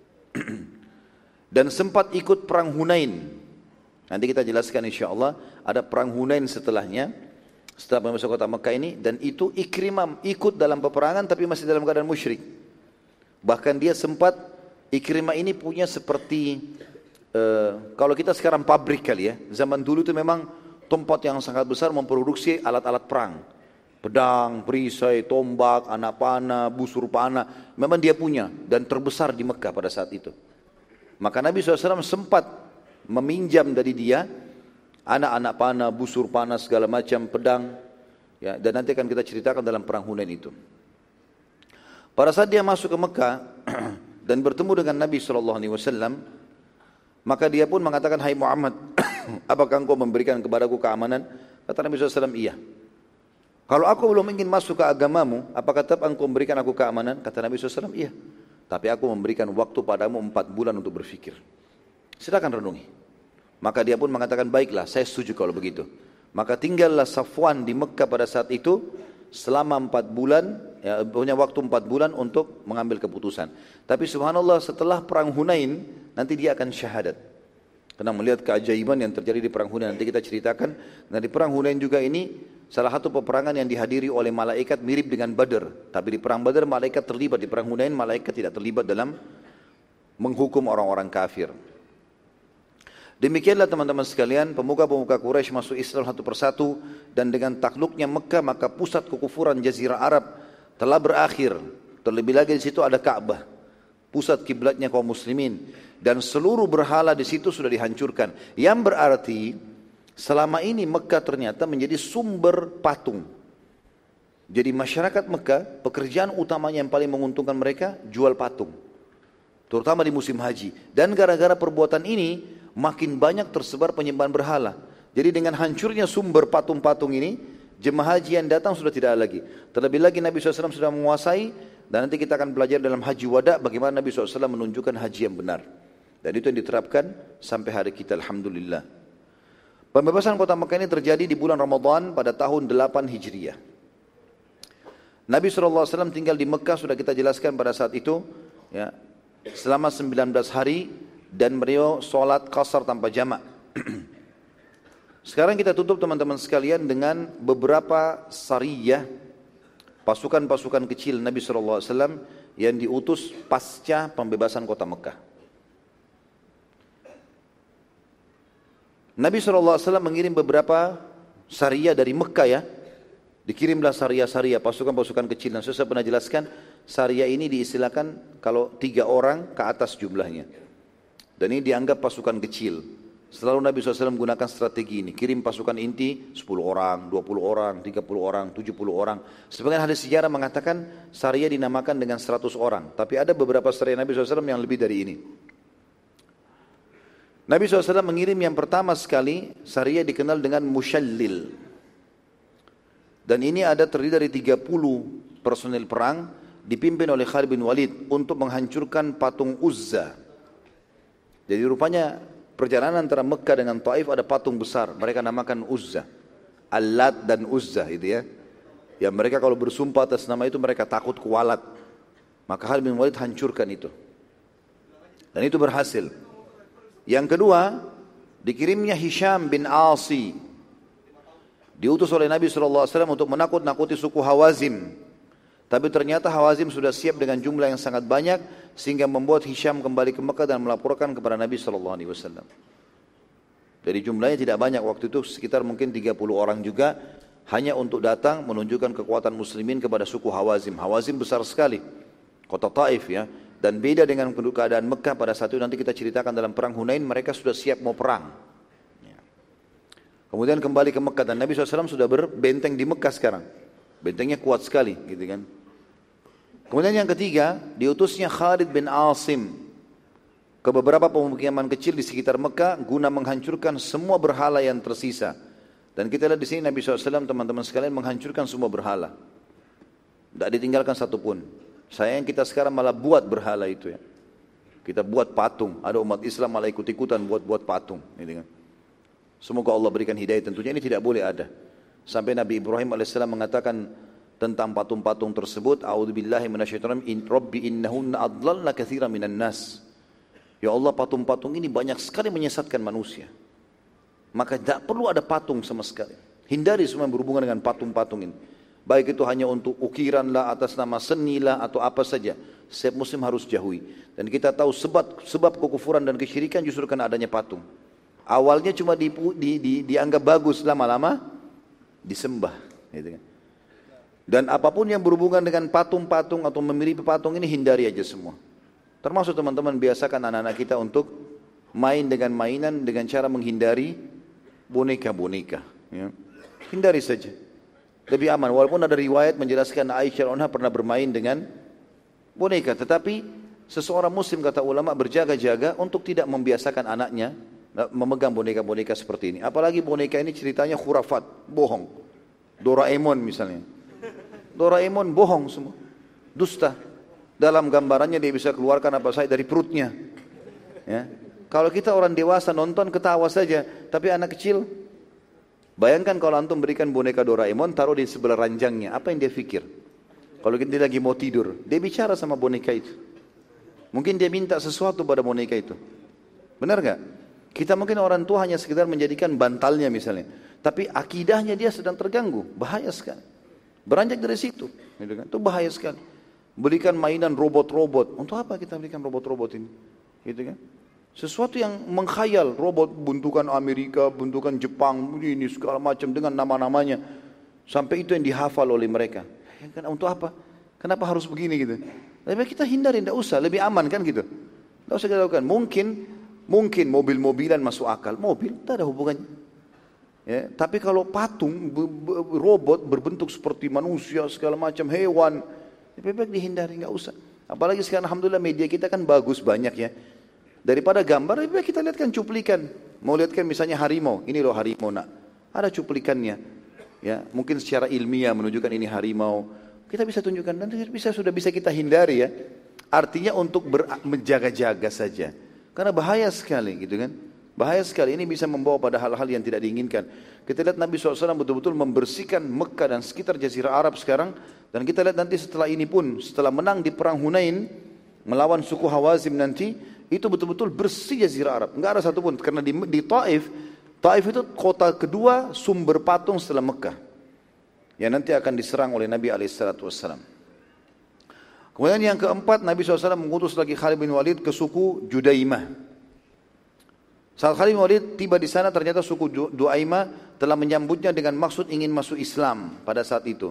Dan sempat ikut perang Hunain. Nanti kita jelaskan insyaAllah, ada perang Hunain setelahnya, setelah masuk kota Mekah ini, dan itu Ikrimah ikut dalam peperangan tapi masih dalam keadaan musyrik. Bahkan dia sempat, Ikrimah ini punya seperti, kalau kita sekarang pabrik kali ya, zaman dulu itu memang tempat yang sangat besar memproduksi alat-alat perang. Pedang, perisai, tombak, anak panah, busur panah, memang dia punya dan terbesar di Mekah pada saat itu. Maka Nabi SAW sempat meminjam dari dia anak-anak panah, busur panah, segala macam, pedang, ya, dan nanti akan kita ceritakan dalam perang Hunain itu. Pada saat dia masuk ke Mekah dan bertemu dengan Nabi SAW, maka dia pun mengatakan, hai Muhammad, apakah engkau memberikan kepadaku keamanan? Kata Nabi SAW, iya. Kalau aku belum ingin masuk ke agamamu, apakah tetap engkau memberikan aku keamanan? Kata Nabi SAW, iya. Tapi aku memberikan waktu padamu 4 bulan untuk berfikir. Silakan renungi. Maka dia pun mengatakan, baiklah, saya setuju kalau begitu. Maka tinggallah Safwan di Mekah pada saat itu selama 4 bulan, ya, punya waktu 4 bulan untuk mengambil keputusan. Tapi subhanallah setelah perang Hunain, nanti dia akan syahadat. Karena melihat keajaiban yang terjadi di perang Hunain, nanti kita ceritakan. Nah di perang Hunain juga ini, salah satu peperangan yang dihadiri oleh malaikat mirip dengan Badr. Tapi di perang Badr malaikat terlibat, di perang Hunain malaikat tidak terlibat dalam menghukum orang-orang kafir. Demikianlah teman-teman sekalian, pemuka-pemuka Quraisy masuk Islam satu persatu, dan dengan takluknya Mekah maka pusat kekufuran Jazirah Arab telah berakhir. Terlebih lagi di situ ada Ka'bah, pusat kiblatnya kaum muslimin, dan seluruh berhala di situ sudah dihancurkan. Yang berarti Selama ini Mekah ternyata menjadi sumber patung. Jadi masyarakat Mekah, pekerjaan utamanya yang paling menguntungkan mereka, jual patung. Terutama di musim haji. Dan gara-gara perbuatan ini, makin banyak tersebar penyembahan berhala. Jadi dengan hancurnya sumber patung-patung ini, jemaah haji yang datang sudah tidak ada lagi. Terlebih lagi Nabi SAW sudah menguasai, dan nanti kita akan belajar dalam haji wada, bagaimana Nabi SAW menunjukkan haji yang benar. Dan itu yang diterapkan sampai hari kita, alhamdulillah. Pembebasan kota Mekah ini terjadi di bulan Ramadan pada tahun 8 Hijriah. Nabi SAW tinggal di Mekah, sudah kita jelaskan pada saat itu, ya, selama 19 hari, dan beliau sholat qasar tanpa jamak. Sekarang kita tutup teman-teman sekalian dengan beberapa sariyah, pasukan-pasukan kecil Nabi SAW yang diutus pasca pembebasan kota Mekah. Nabi SAW mengirim beberapa sariyah dari Mekah ya. Dikirimlah sariyah-sariyah, pasukan-pasukan kecil. Dan saya pernah jelaskan, sariyah ini diistilahkan kalau 3 orang ke atas jumlahnya. Dan ini dianggap pasukan kecil. Selalu Nabi SAW menggunakan strategi ini. Kirim pasukan inti 10 orang, 20 orang, 30 orang, 70 orang. Sebagian hadis sejarah mengatakan sariyah dinamakan dengan 100 orang. Tapi ada beberapa sariyah Nabi SAW yang lebih dari ini. Nabi SAW mengirim yang pertama sekali, sariyah dikenal dengan Mushallil. Dan ini ada terdiri dari 30 personil perang, dipimpin oleh Khalid bin Walid untuk menghancurkan patung Uzza. Jadi rupanya perjalanan antara Mekah dengan Taif ada patung besar, mereka namakan Uzza. Al-Lat dan Uzza itu ya. Yang mereka kalau bersumpah atas nama itu mereka takut kualat. Maka Khalid bin Walid hancurkan itu. Dan itu berhasil. Yang kedua, dikirimnya Hisham bin Asi. Diutus oleh Nabi SAW untuk menakut-nakuti suku Hawazim. Tapi ternyata Hawazim sudah siap dengan jumlah yang sangat banyak, sehingga membuat Hisham kembali ke Mekah dan melaporkan kepada Nabi SAW. Jadi jumlahnya tidak banyak waktu itu, sekitar mungkin 30 orang juga, hanya untuk datang menunjukkan kekuatan muslimin kepada suku Hawazim. Hawazim besar sekali, kota Taif ya. Dan beda dengan keadaan Mekah pada saat itu, nanti kita ceritakan dalam perang Hunain, mereka sudah siap mau perang. Kemudian kembali ke Mekah, dan Nabi SAW sudah berbenteng di Mekah sekarang. Bentengnya kuat sekali gitu kan. Kemudian yang ketiga, diutusnya Khalid bin Asim ke beberapa pemukiman kecil di sekitar Mekah guna menghancurkan semua berhala yang tersisa. Dan kita lihat di sini Nabi SAW, teman-teman sekalian, menghancurkan semua berhala. Tidak ditinggalkan satupun. Sayang kita sekarang malah buat berhala itu ya. Kita buat patung, ada umat Islam malah ikut-ikutan buat patung gitu kan. Semoga Allah berikan hidayah, tentunya ini tidak boleh ada. Sampai Nabi Ibrahim AS mengatakan tentang patung-patung tersebut, A'udzubillahi minasyaitonir rajim, Rabbi innahunna adlalna katsiran minan nas. Ya Allah, patung-patung ini banyak sekali menyesatkan manusia. Maka tidak perlu ada patung sama sekali. Hindari semua yang berhubungan dengan patung-patung ini. Baik itu hanya untuk ukiran lah, atas nama seni lah, atau apa saja. Setiap muslim harus jauhi. Dan kita tahu sebab kekufuran dan kesyirikan justru karena adanya patung. Awalnya cuma dianggap bagus, lama-lama disembah gitu kan. Dan apapun yang berhubungan dengan patung-patung atau memiliki patung ini, hindari aja semua. Termasuk teman-teman biasakan anak-anak kita untuk main dengan mainan dengan cara menghindari boneka-boneka ya. Hindari saja, lebih aman. Walaupun ada riwayat menjelaskan Aisyah radhiyallahu anha pernah bermain dengan boneka, tetapi seseorang muslim, kata ulama, berjaga-jaga untuk tidak membiasakan anaknya memegang boneka-boneka seperti ini. Apalagi boneka ini ceritanya khurafat, bohong. Doraemon misalnya. Doraemon bohong semua. Dusta. Dalam gambarannya dia bisa keluarkan apa saja dari perutnya. Ya. Kalau kita orang dewasa nonton ketawa saja, tapi anak kecil, bayangkan kalau antum berikan boneka Doraemon, taruh di sebelah ranjangnya, apa yang dia pikir? Kalau dia lagi mau tidur, dia bicara sama boneka itu. Mungkin dia minta sesuatu pada boneka itu. Benar gak? Kita mungkin orang tua hanya sekedar menjadikan bantalnya misalnya, tapi akidahnya dia sedang terganggu, bahaya sekali. Beranjak dari situ, gitu kan? Itu bahaya sekali. Berikan mainan robot-robot, untuk apa kita berikan robot-robot ini? Gitu kan? Sesuatu yang mengkhayal, robot bentukan Amerika, bentukan Jepang, ini segala macam dengan nama-namanya, sampai itu yang dihafal oleh mereka. Ya, untuk apa? Kenapa harus begini gitu? Lebih kita hindari, tidak usah, lebih aman kan gitu. Tidak usah kita lakukan. Mungkin mobil-mobilan masuk akal. Mobil, tak ada hubungannya. Ya, tapi kalau patung, robot berbentuk seperti manusia, segala macam hewan, lebih baik dihindari, nggak usah. Apalagi sekarang alhamdulillah media kita kan bagus banyak ya. Daripada gambar, lebih baik kita lihatkan cuplikan. Mau lihatkan misalnya harimau, ini loh harimau nak. Ada cuplikannya. Ya, mungkin secara ilmiah menunjukkan ini harimau. Kita bisa tunjukkan, nanti sudah bisa kita hindari ya. Artinya untuk menjaga-jaga saja. Karena bahaya sekali gitu kan. Bahaya sekali, ini bisa membawa pada hal-hal yang tidak diinginkan. Kita lihat Nabi SAW betul-betul membersihkan Mekah dan sekitar Jazirah Arab sekarang. Dan kita lihat nanti setelah ini pun, setelah menang di perang Hunain, melawan suku Hawazim nanti, itu betul-betul bersih Jazirah Arab. Enggak ada satupun, karena di Taif, Taif itu kota kedua sumber patung setelah Mekah. Yang nanti akan diserang oleh Nabi SAW. Kemudian yang keempat, Nabi SAW mengutus lagi Khalid bin Walid ke suku Judaimah. Saat Khalid bin Walid tiba di sana, ternyata suku Duaimah telah menyambutnya dengan maksud ingin masuk Islam pada saat itu.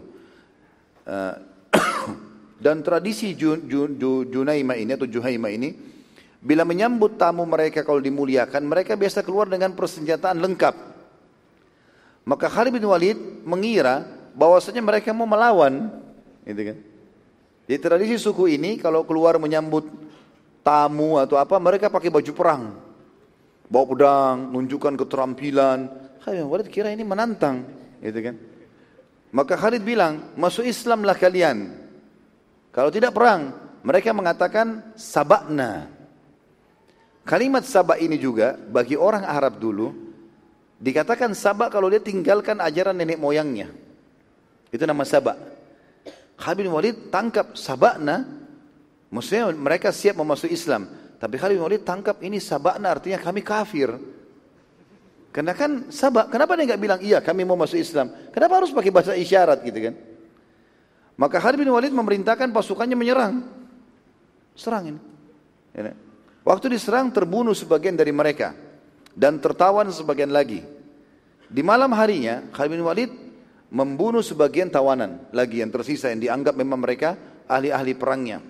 Dan tradisi Junaimah ini atau Juhaimah ini, bila menyambut tamu mereka kalau dimuliakan, mereka biasa keluar dengan persenjataan lengkap. Maka Khalid bin Walid mengira bahwasanya mereka mau melawan, gitu kan? Di tradisi suku ini kalau keluar menyambut tamu atau apa, mereka pakai baju perang. Bawa pedang, nunjukkan keterampilan. Khalid bin Walid kira ini menantang, gitu kan? Maka Khalid bilang, masuk Islamlah kalian. Kalau tidak perang, mereka mengatakan sabakna. Kalimat sabak ini juga bagi orang Arab dulu dikatakan sabak kalau dia tinggalkan ajaran nenek moyangnya. Itu nama sabak. Khalid bin Walid tangkap sabakna, maksudnya mereka siap memasuki Islam. Tapi Khalid bin Walid tangkap ini sabakna artinya kami kafir. Karena kan sabak, kenapa dia enggak bilang iya kami mau masuk Islam? Kenapa harus pakai bahasa isyarat gitu kan? Maka Khalid bin Walid memerintahkan pasukannya menyerang. Serang ini. Waktu diserang terbunuh sebagian dari mereka dan tertawan sebagian lagi. Di malam harinya Khalid bin Walid membunuh sebagian tawanan lagi yang tersisa yang dianggap memang mereka ahli-ahli perangnya.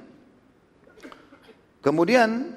Kemudian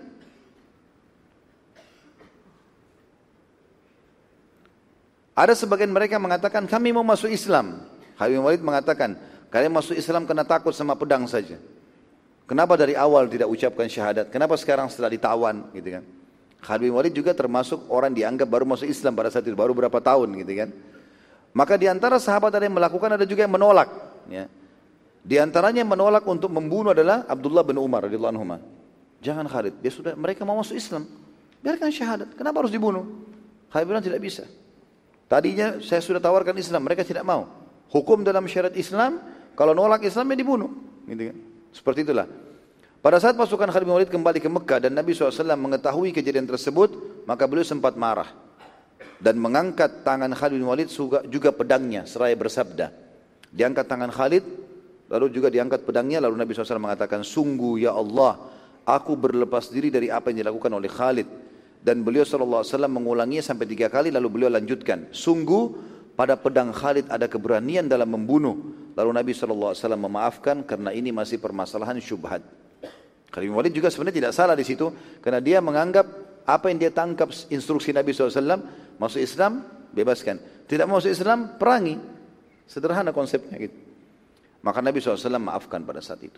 ada sebagian mereka mengatakan kami mau masuk Islam. Khalid bin Walid mengatakan kalian masuk Islam kena takut sama pedang saja. Kenapa dari awal tidak ucapkan syahadat? Kenapa sekarang setelah ditawan gitu kan? Khalid bin Walid juga termasuk orang dianggap baru masuk Islam pada saat itu, baru berapa tahun gitu kan? Maka di antara sahabat ada yang melakukan, ada juga yang menolak. Ya. Di antaranya yang menolak untuk membunuh adalah Abdullah bin Umar radhiyallahu anhu. Jangan Khalid, mereka mau masuk Islam, biarkan syahadat. Kenapa harus dibunuh? Khalid bilang tidak bisa. Tadinya saya sudah tawarkan Islam, mereka tidak mau. Hukum dalam syariat Islam, kalau nolak Islam ya dibunuh. Gitu kan? Seperti itulah. Pada saat pasukan Khalid bin Walid kembali ke Mekah dan Nabi SAW mengetahui kejadian tersebut, maka beliau sempat marah. Dan mengangkat tangan Khalid bin Walid juga pedangnya, seraya bersabda. Diangkat tangan Khalid, lalu juga diangkat pedangnya, lalu Nabi SAW mengatakan, sungguh ya Allah, aku berlepas diri dari apa yang dilakukan oleh Khalid. Dan beliau SAW mengulanginya sampai 3 kali, lalu beliau lanjutkan, sungguh pada pedang Khalid ada keberanian dalam membunuh. Lalu Nabi SAW memaafkan karena ini masih permasalahan syubhat. Khalid bin Walid juga sebenarnya tidak salah di situ, karena dia menganggap apa yang dia tangkap instruksi Nabi SAW, masuk Islam, bebaskan. Tidak masuk Islam, perangi. Sederhana konsepnya gitu. Maka Nabi SAW maafkan pada saat itu.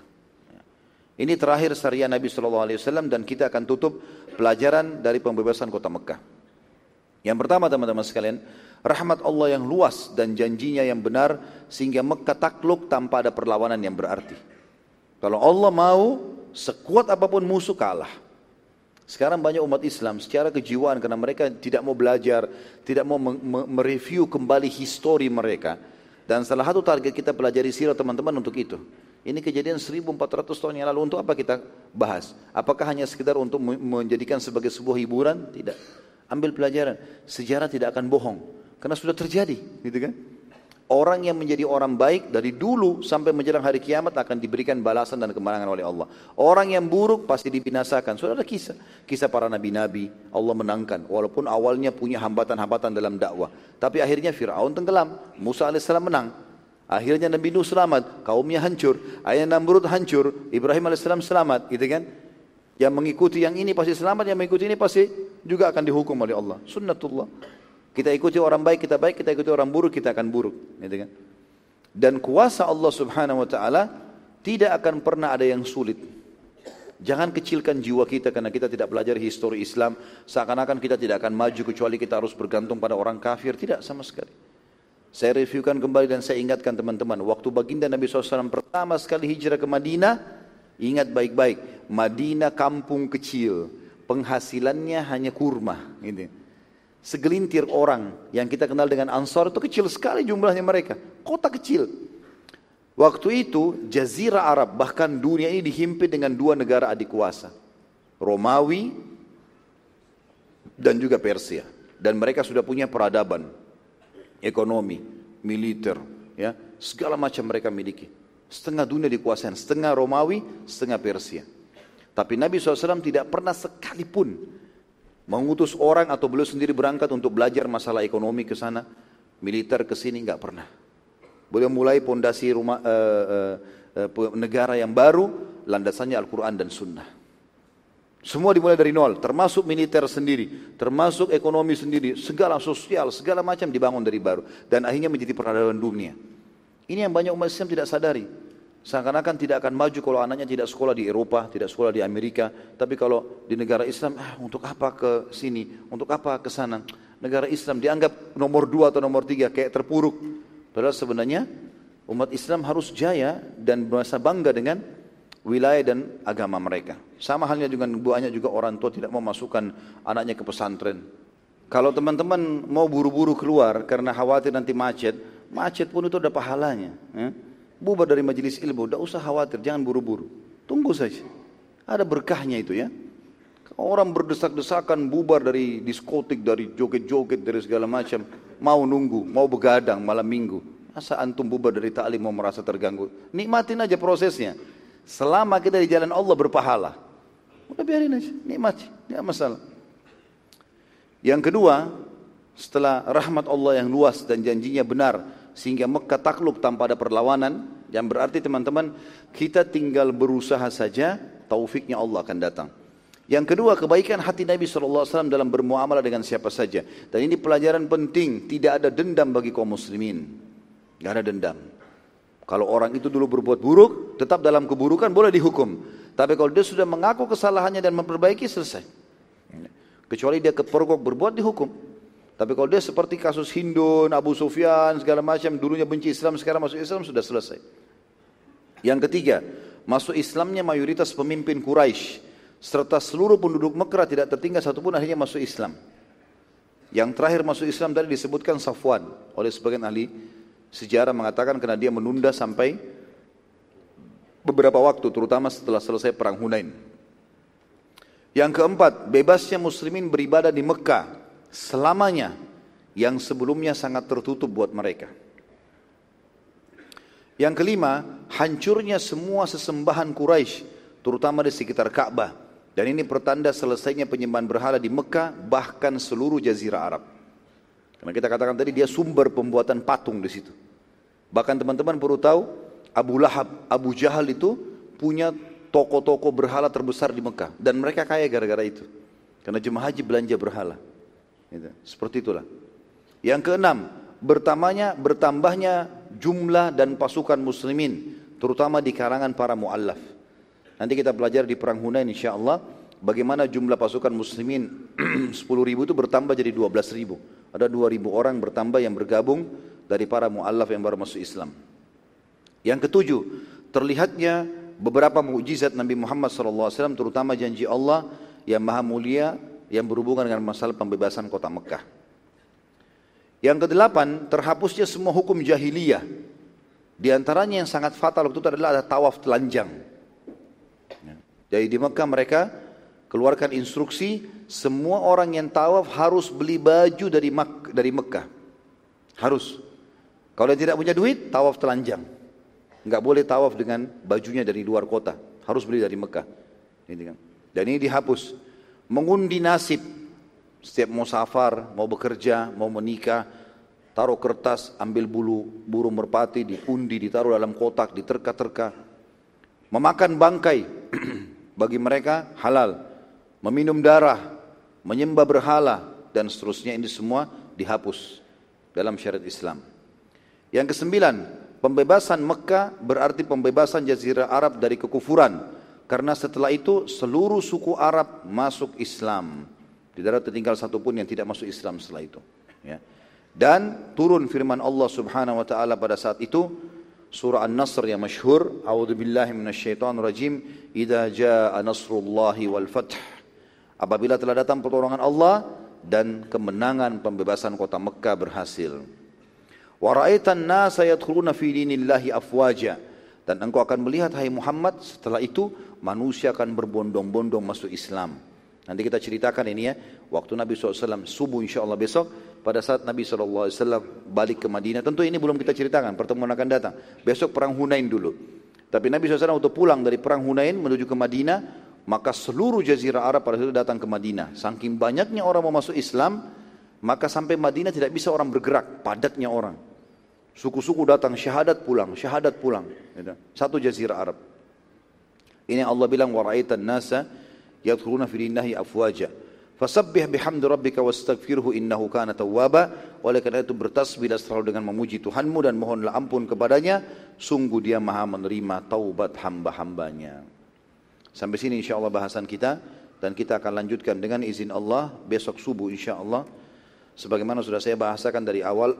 Ini terakhir syariat Nabi SAW dan kita akan tutup pelajaran dari pembebasan kota Mekah. Yang pertama teman-teman sekalian, rahmat Allah yang luas dan janjinya yang benar sehingga Mekah takluk tanpa ada perlawanan yang berarti. Kalau Allah mau, sekuat apapun musuh kalah. Sekarang banyak umat Islam secara kejiwaan karena mereka tidak mau belajar, tidak mau mereview kembali histori mereka. Dan salah satu target kita pelajari sirah teman-teman untuk itu. Ini kejadian 1400 tahun yang lalu, untuk apa kita bahas? Apakah hanya sekedar untuk menjadikan sebagai sebuah hiburan? Tidak. Ambil pelajaran. Sejarah tidak akan bohong. Karena sudah terjadi, gitu kan? Orang yang menjadi orang baik dari dulu sampai menjelang hari kiamat akan diberikan balasan dan kemenangan oleh Allah. Orang yang buruk pasti dibinasakan. Sudah ada kisah para nabi-nabi, Allah menangkan. Walaupun awalnya punya hambatan-hambatan dalam dakwah. Tapi akhirnya Fir'aun tenggelam, Musa AS menang. Akhirnya Nabi Nuh selamat, kaumnya hancur. Ayah Namrud hancur, Ibrahim AS selamat, gitu kan? Yang mengikuti yang ini pasti selamat, yang mengikuti ini pasti juga akan dihukum oleh Allah. Sunnatullah. Kita ikuti orang baik, kita baik, kita ikuti orang buruk, kita akan buruk. Gitu kan? Dan kuasa Allah subhanahu wa ta'ala tidak akan pernah ada yang sulit. Jangan kecilkan jiwa kita karena kita tidak belajar histori Islam. Seakan-akan kita tidak akan maju kecuali kita harus bergantung pada orang kafir. Tidak sama sekali. Saya reviewkan kembali dan saya ingatkan teman-teman. Waktu baginda Nabi SAW pertama sekali hijrah ke Madinah, ingat baik-baik. Madinah kampung kecil. Penghasilannya hanya kurma. Gitu. Segelintir orang yang kita kenal dengan Ansar itu kecil sekali jumlahnya mereka. Kota kecil. Waktu itu Jazirah Arab bahkan dunia ini dihimpit dengan dua negara adik kuasa. Romawi dan juga Persia. Dan mereka sudah punya peradaban, ekonomi, militer, ya, segala macam mereka miliki. Setengah dunia dikuasai, setengah Romawi, setengah Persia. Tapi Nabi SAW tidak pernah sekalipun mengutus orang atau beliau sendiri berangkat untuk belajar masalah ekonomi ke sana, militer ke sini, enggak pernah. Beliau mulai pondasi rumah negara yang baru, landasannya Al-Quran dan Sunnah. Semua dimulai dari nol, termasuk militer sendiri, termasuk ekonomi sendiri, segala sosial, segala macam dibangun dari baru. Dan akhirnya menjadi peradaban dunia. Ini yang banyak umat Islam tidak sadari. Seakan-akan tidak akan maju kalau anaknya tidak sekolah di Eropa, tidak sekolah di Amerika. Tapi kalau di negara Islam, untuk apa ke sini, untuk apa ke sana. Negara Islam dianggap nomor 2 atau nomor 3, kayak terpuruk. Padahal sebenarnya umat Islam harus jaya dan merasa bangga dengan wilayah dan agama mereka. Sama halnya dengan banyak juga orang tua tidak mau masukkan anaknya ke pesantren. Kalau teman-teman mau buru-buru keluar karena khawatir nanti macet, macet pun itu ada pahalanya. Bubar dari majelis ilmu, tidak usah khawatir, jangan buru-buru. Tunggu saja. Ada berkahnya itu ya. Orang berdesak-desakan bubar dari diskotik, dari joget-joget, dari segala macam. Mau nunggu, mau begadang malam minggu. Masa antum bubar dari ta'lim mau merasa terganggu? Nikmatin aja prosesnya. Selama kita di jalan Allah berpahala. Udah biarin aja, nikmati, tidak masalah. Yang kedua, setelah rahmat Allah yang luas dan janjinya benar, sehingga Mekah takluk tanpa ada perlawanan, yang berarti teman-teman kita tinggal berusaha saja, taufiknya Allah akan datang. Yang kedua, kebaikan hati Nabi SAW dalam bermuamalah dengan siapa saja. Dan ini pelajaran penting, tidak ada dendam bagi kaum muslimin. Tidak ada dendam. Kalau orang itu dulu berbuat buruk, tetap dalam keburukan boleh dihukum. Tapi kalau dia sudah mengaku kesalahannya dan memperbaiki, selesai. Kecuali dia kepergok berbuat, dihukum. Tapi kalau dia seperti kasus Hindun, Abu Sufyan, segala macam, dulunya benci Islam, sekarang masuk Islam, sudah selesai. Yang ketiga, masuk Islamnya mayoritas pemimpin Quraisy serta seluruh penduduk Mekah tidak tertinggal satupun akhirnya masuk Islam. Yang terakhir masuk Islam tadi disebutkan Safwan oleh sebagian ahli sejarah mengatakan karena dia menunda sampai beberapa waktu, terutama setelah selesai perang Hunain. Yang keempat, bebasnya muslimin beribadah di Mekah selamanya, yang sebelumnya sangat tertutup buat mereka. Yang kelima, hancurnya semua sesembahan Quraisy, terutama di sekitar Ka'bah. Dan ini pertanda selesainya penyembahan berhala di Mekah, bahkan seluruh Jazirah Arab. Karena kita katakan tadi dia sumber pembuatan patung di situ. Bahkan teman-teman perlu tahu, Abu Lahab, Abu Jahal itu punya toko-toko berhala terbesar di Mekah, dan mereka kaya gara-gara itu. Karena jemaah haji belanja berhala. Seperti itulah. Yang keenam, bertambahnya jumlah dan pasukan muslimin, terutama di kalangan para mu'allaf. Nanti kita belajar di perang Hunain insyaallah bagaimana jumlah pasukan muslimin 10.000 itu bertambah jadi 12.000. Ada 2.000 orang bertambah yang bergabung dari para mu'allaf yang baru masuk Islam. Yang ketujuh, terlihatnya beberapa mukjizat Nabi Muhammad SAW, terutama janji Allah yang maha mulia yang berhubungan dengan masalah pembebasan kota Mekah. Yang kedelapan, terhapusnya semua hukum jahiliyah. Di antaranya yang sangat fatal waktu itu adalah ada tawaf telanjang. Jadi di Mekah mereka keluarkan instruksi, semua orang yang tawaf harus beli baju dari Mekah. Harus. Kalau dia tidak punya duit, tawaf telanjang. Enggak boleh tawaf dengan bajunya dari luar kota. Harus beli dari Mekah. Dan ini dihapus. Mengundi nasib, setiap mau safar, mau bekerja, mau menikah, taruh kertas, ambil burung merpati, diundi, ditaruh dalam kotak, diterka-terka. Memakan bangkai, bagi mereka halal. Meminum darah, menyembah berhala, dan seterusnya, ini semua dihapus dalam syariat Islam. Yang kesembilan, pembebasan Mekah berarti pembebasan Jazirah Arab dari kekufuran. Karena setelah itu seluruh suku Arab masuk Islam. Tidak ada tertinggal satupun yang tidak masuk Islam setelah itu. Ya. Dan turun firman Allah Subhanahu wa taala pada saat itu, surah An-Nasr yang masyhur, a'udzubillahi minasyaitonirrajim, idza jaa nasrullahi wal fath. Apabila telah datang pertolongan Allah dan kemenangan pembebasan kota Mekah berhasil. Wa ra'aitan nasa yadkhuluna fi dinillahi afwaja. Dan engkau akan melihat, hai Muhammad, setelah itu manusia akan berbondong-bondong masuk Islam. Nanti kita ceritakan ini ya, waktu Nabi SAW subuh insyaAllah besok, pada saat Nabi SAW balik ke Madinah, tentu ini belum kita ceritakan, pertemuan akan datang. Besok perang Hunain dulu. Tapi Nabi SAW waktu pulang dari perang Hunain menuju ke Madinah, maka seluruh Jazirah Arab pada saat itu datang ke Madinah. Saking banyaknya orang mau masuk Islam, maka sampai Madinah tidak bisa orang bergerak, padatnya orang. Suku-suku datang, syahadat pulang. Satu Jazirah Arab. Ini Allah bilang, وَرَأَيْتَ النَّاسَ يَدْخُلُونَ فِي دِينِهِ أَفْوَاجًا فَسَبِّحْ بِحَمْدِ رَبِّكَ وَاسْتَغْفِرْهُ إِنَّهُ كَانَ تَوَّابًا. Oleh karena itu bertasbih dan selalu dengan memuji Tuhanmu dan mohonlah ampun kepadanya, sungguh Dia Maha menerima taubat hamba-hambanya. Sampai sini insyaAllah bahasan kita, dan kita akan lanjutkan dengan izin Allah besok subuh insyaAllah. Sebagaimana sudah saya bahasakan dari awal,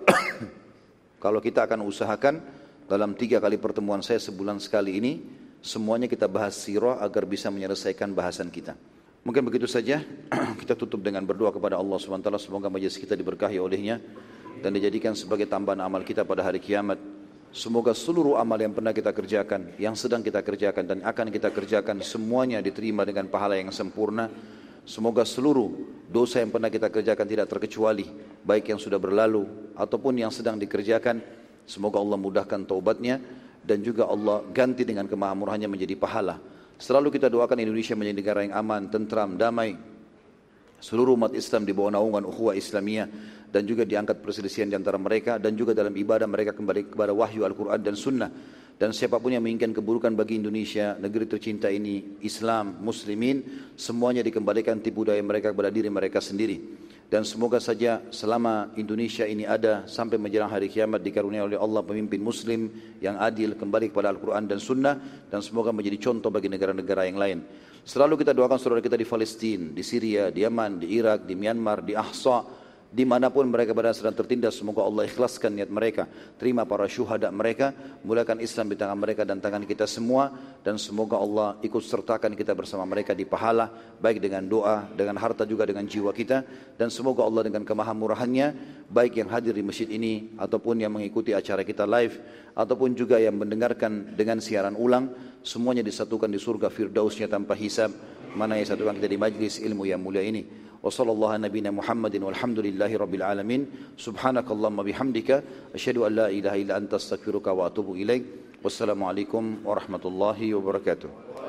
kalau kita akan usahakan dalam 3 kali pertemuan saya sebulan sekali ini, semuanya kita bahas sirah agar bisa menyelesaikan bahasan kita. Mungkin begitu saja, kita tutup dengan berdoa kepada Allah SWT, semoga majelis kita diberkahi olehnya, dan dijadikan sebagai tambahan amal kita pada hari kiamat. Semoga seluruh amal yang pernah kita kerjakan, yang sedang kita kerjakan dan akan kita kerjakan, semuanya diterima dengan pahala yang sempurna. Semoga seluruh dosa yang pernah kita kerjakan tidak terkecuali, baik yang sudah berlalu ataupun yang sedang dikerjakan. Semoga Allah mudahkan taubatnya dan juga Allah ganti dengan kemahamurahannya menjadi pahala. Selalu kita doakan Indonesia menjadi negara yang aman, tentram, damai. Seluruh umat Islam di bawah naungan ukhuwah Islamiyah, dan juga diangkat perselisihan di antara mereka, dan juga dalam ibadah mereka kembali kepada wahyu Al-Quran dan Sunnah. Dan siapapun yang menginginkan keburukan bagi Indonesia, negeri tercinta ini, Islam, Muslimin, semuanya dikembalikan tipu daya mereka kepada diri mereka sendiri. Dan semoga saja selama Indonesia ini ada sampai menjelang hari kiamat dikaruniai oleh Allah pemimpin Muslim yang adil, kembali kepada Al-Quran dan Sunnah, dan semoga menjadi contoh bagi negara-negara yang lain. Selalu kita doakan saudara kita di Palestina, di Syria, di Yaman, di Irak, di Myanmar, di Ahsa, dimanapun mereka berada sedang tertindas, semoga Allah ikhlaskan niat mereka, terima para syuhada mereka, mulakan Islam di tangan mereka dan tangan kita semua, dan semoga Allah ikut sertakan kita bersama mereka di pahala, baik dengan doa, dengan harta juga dengan jiwa kita, dan semoga Allah dengan kemahamurahannya, baik yang hadir di masjid ini ataupun yang mengikuti acara kita live, ataupun juga yang mendengarkan dengan siaran ulang, semuanya disatukan di surga firdausnya tanpa hisab, mana yang satukan kita di majlis ilmu yang mulia ini. وصلى الله على نبينا محمد والحمد لله رب العالمين سبحانك اللهم بحمدك أشهد أن لا إله إلا أنت أستغفرك وأتوب إليك والسلام عليكم ورحمة الله وبركاته.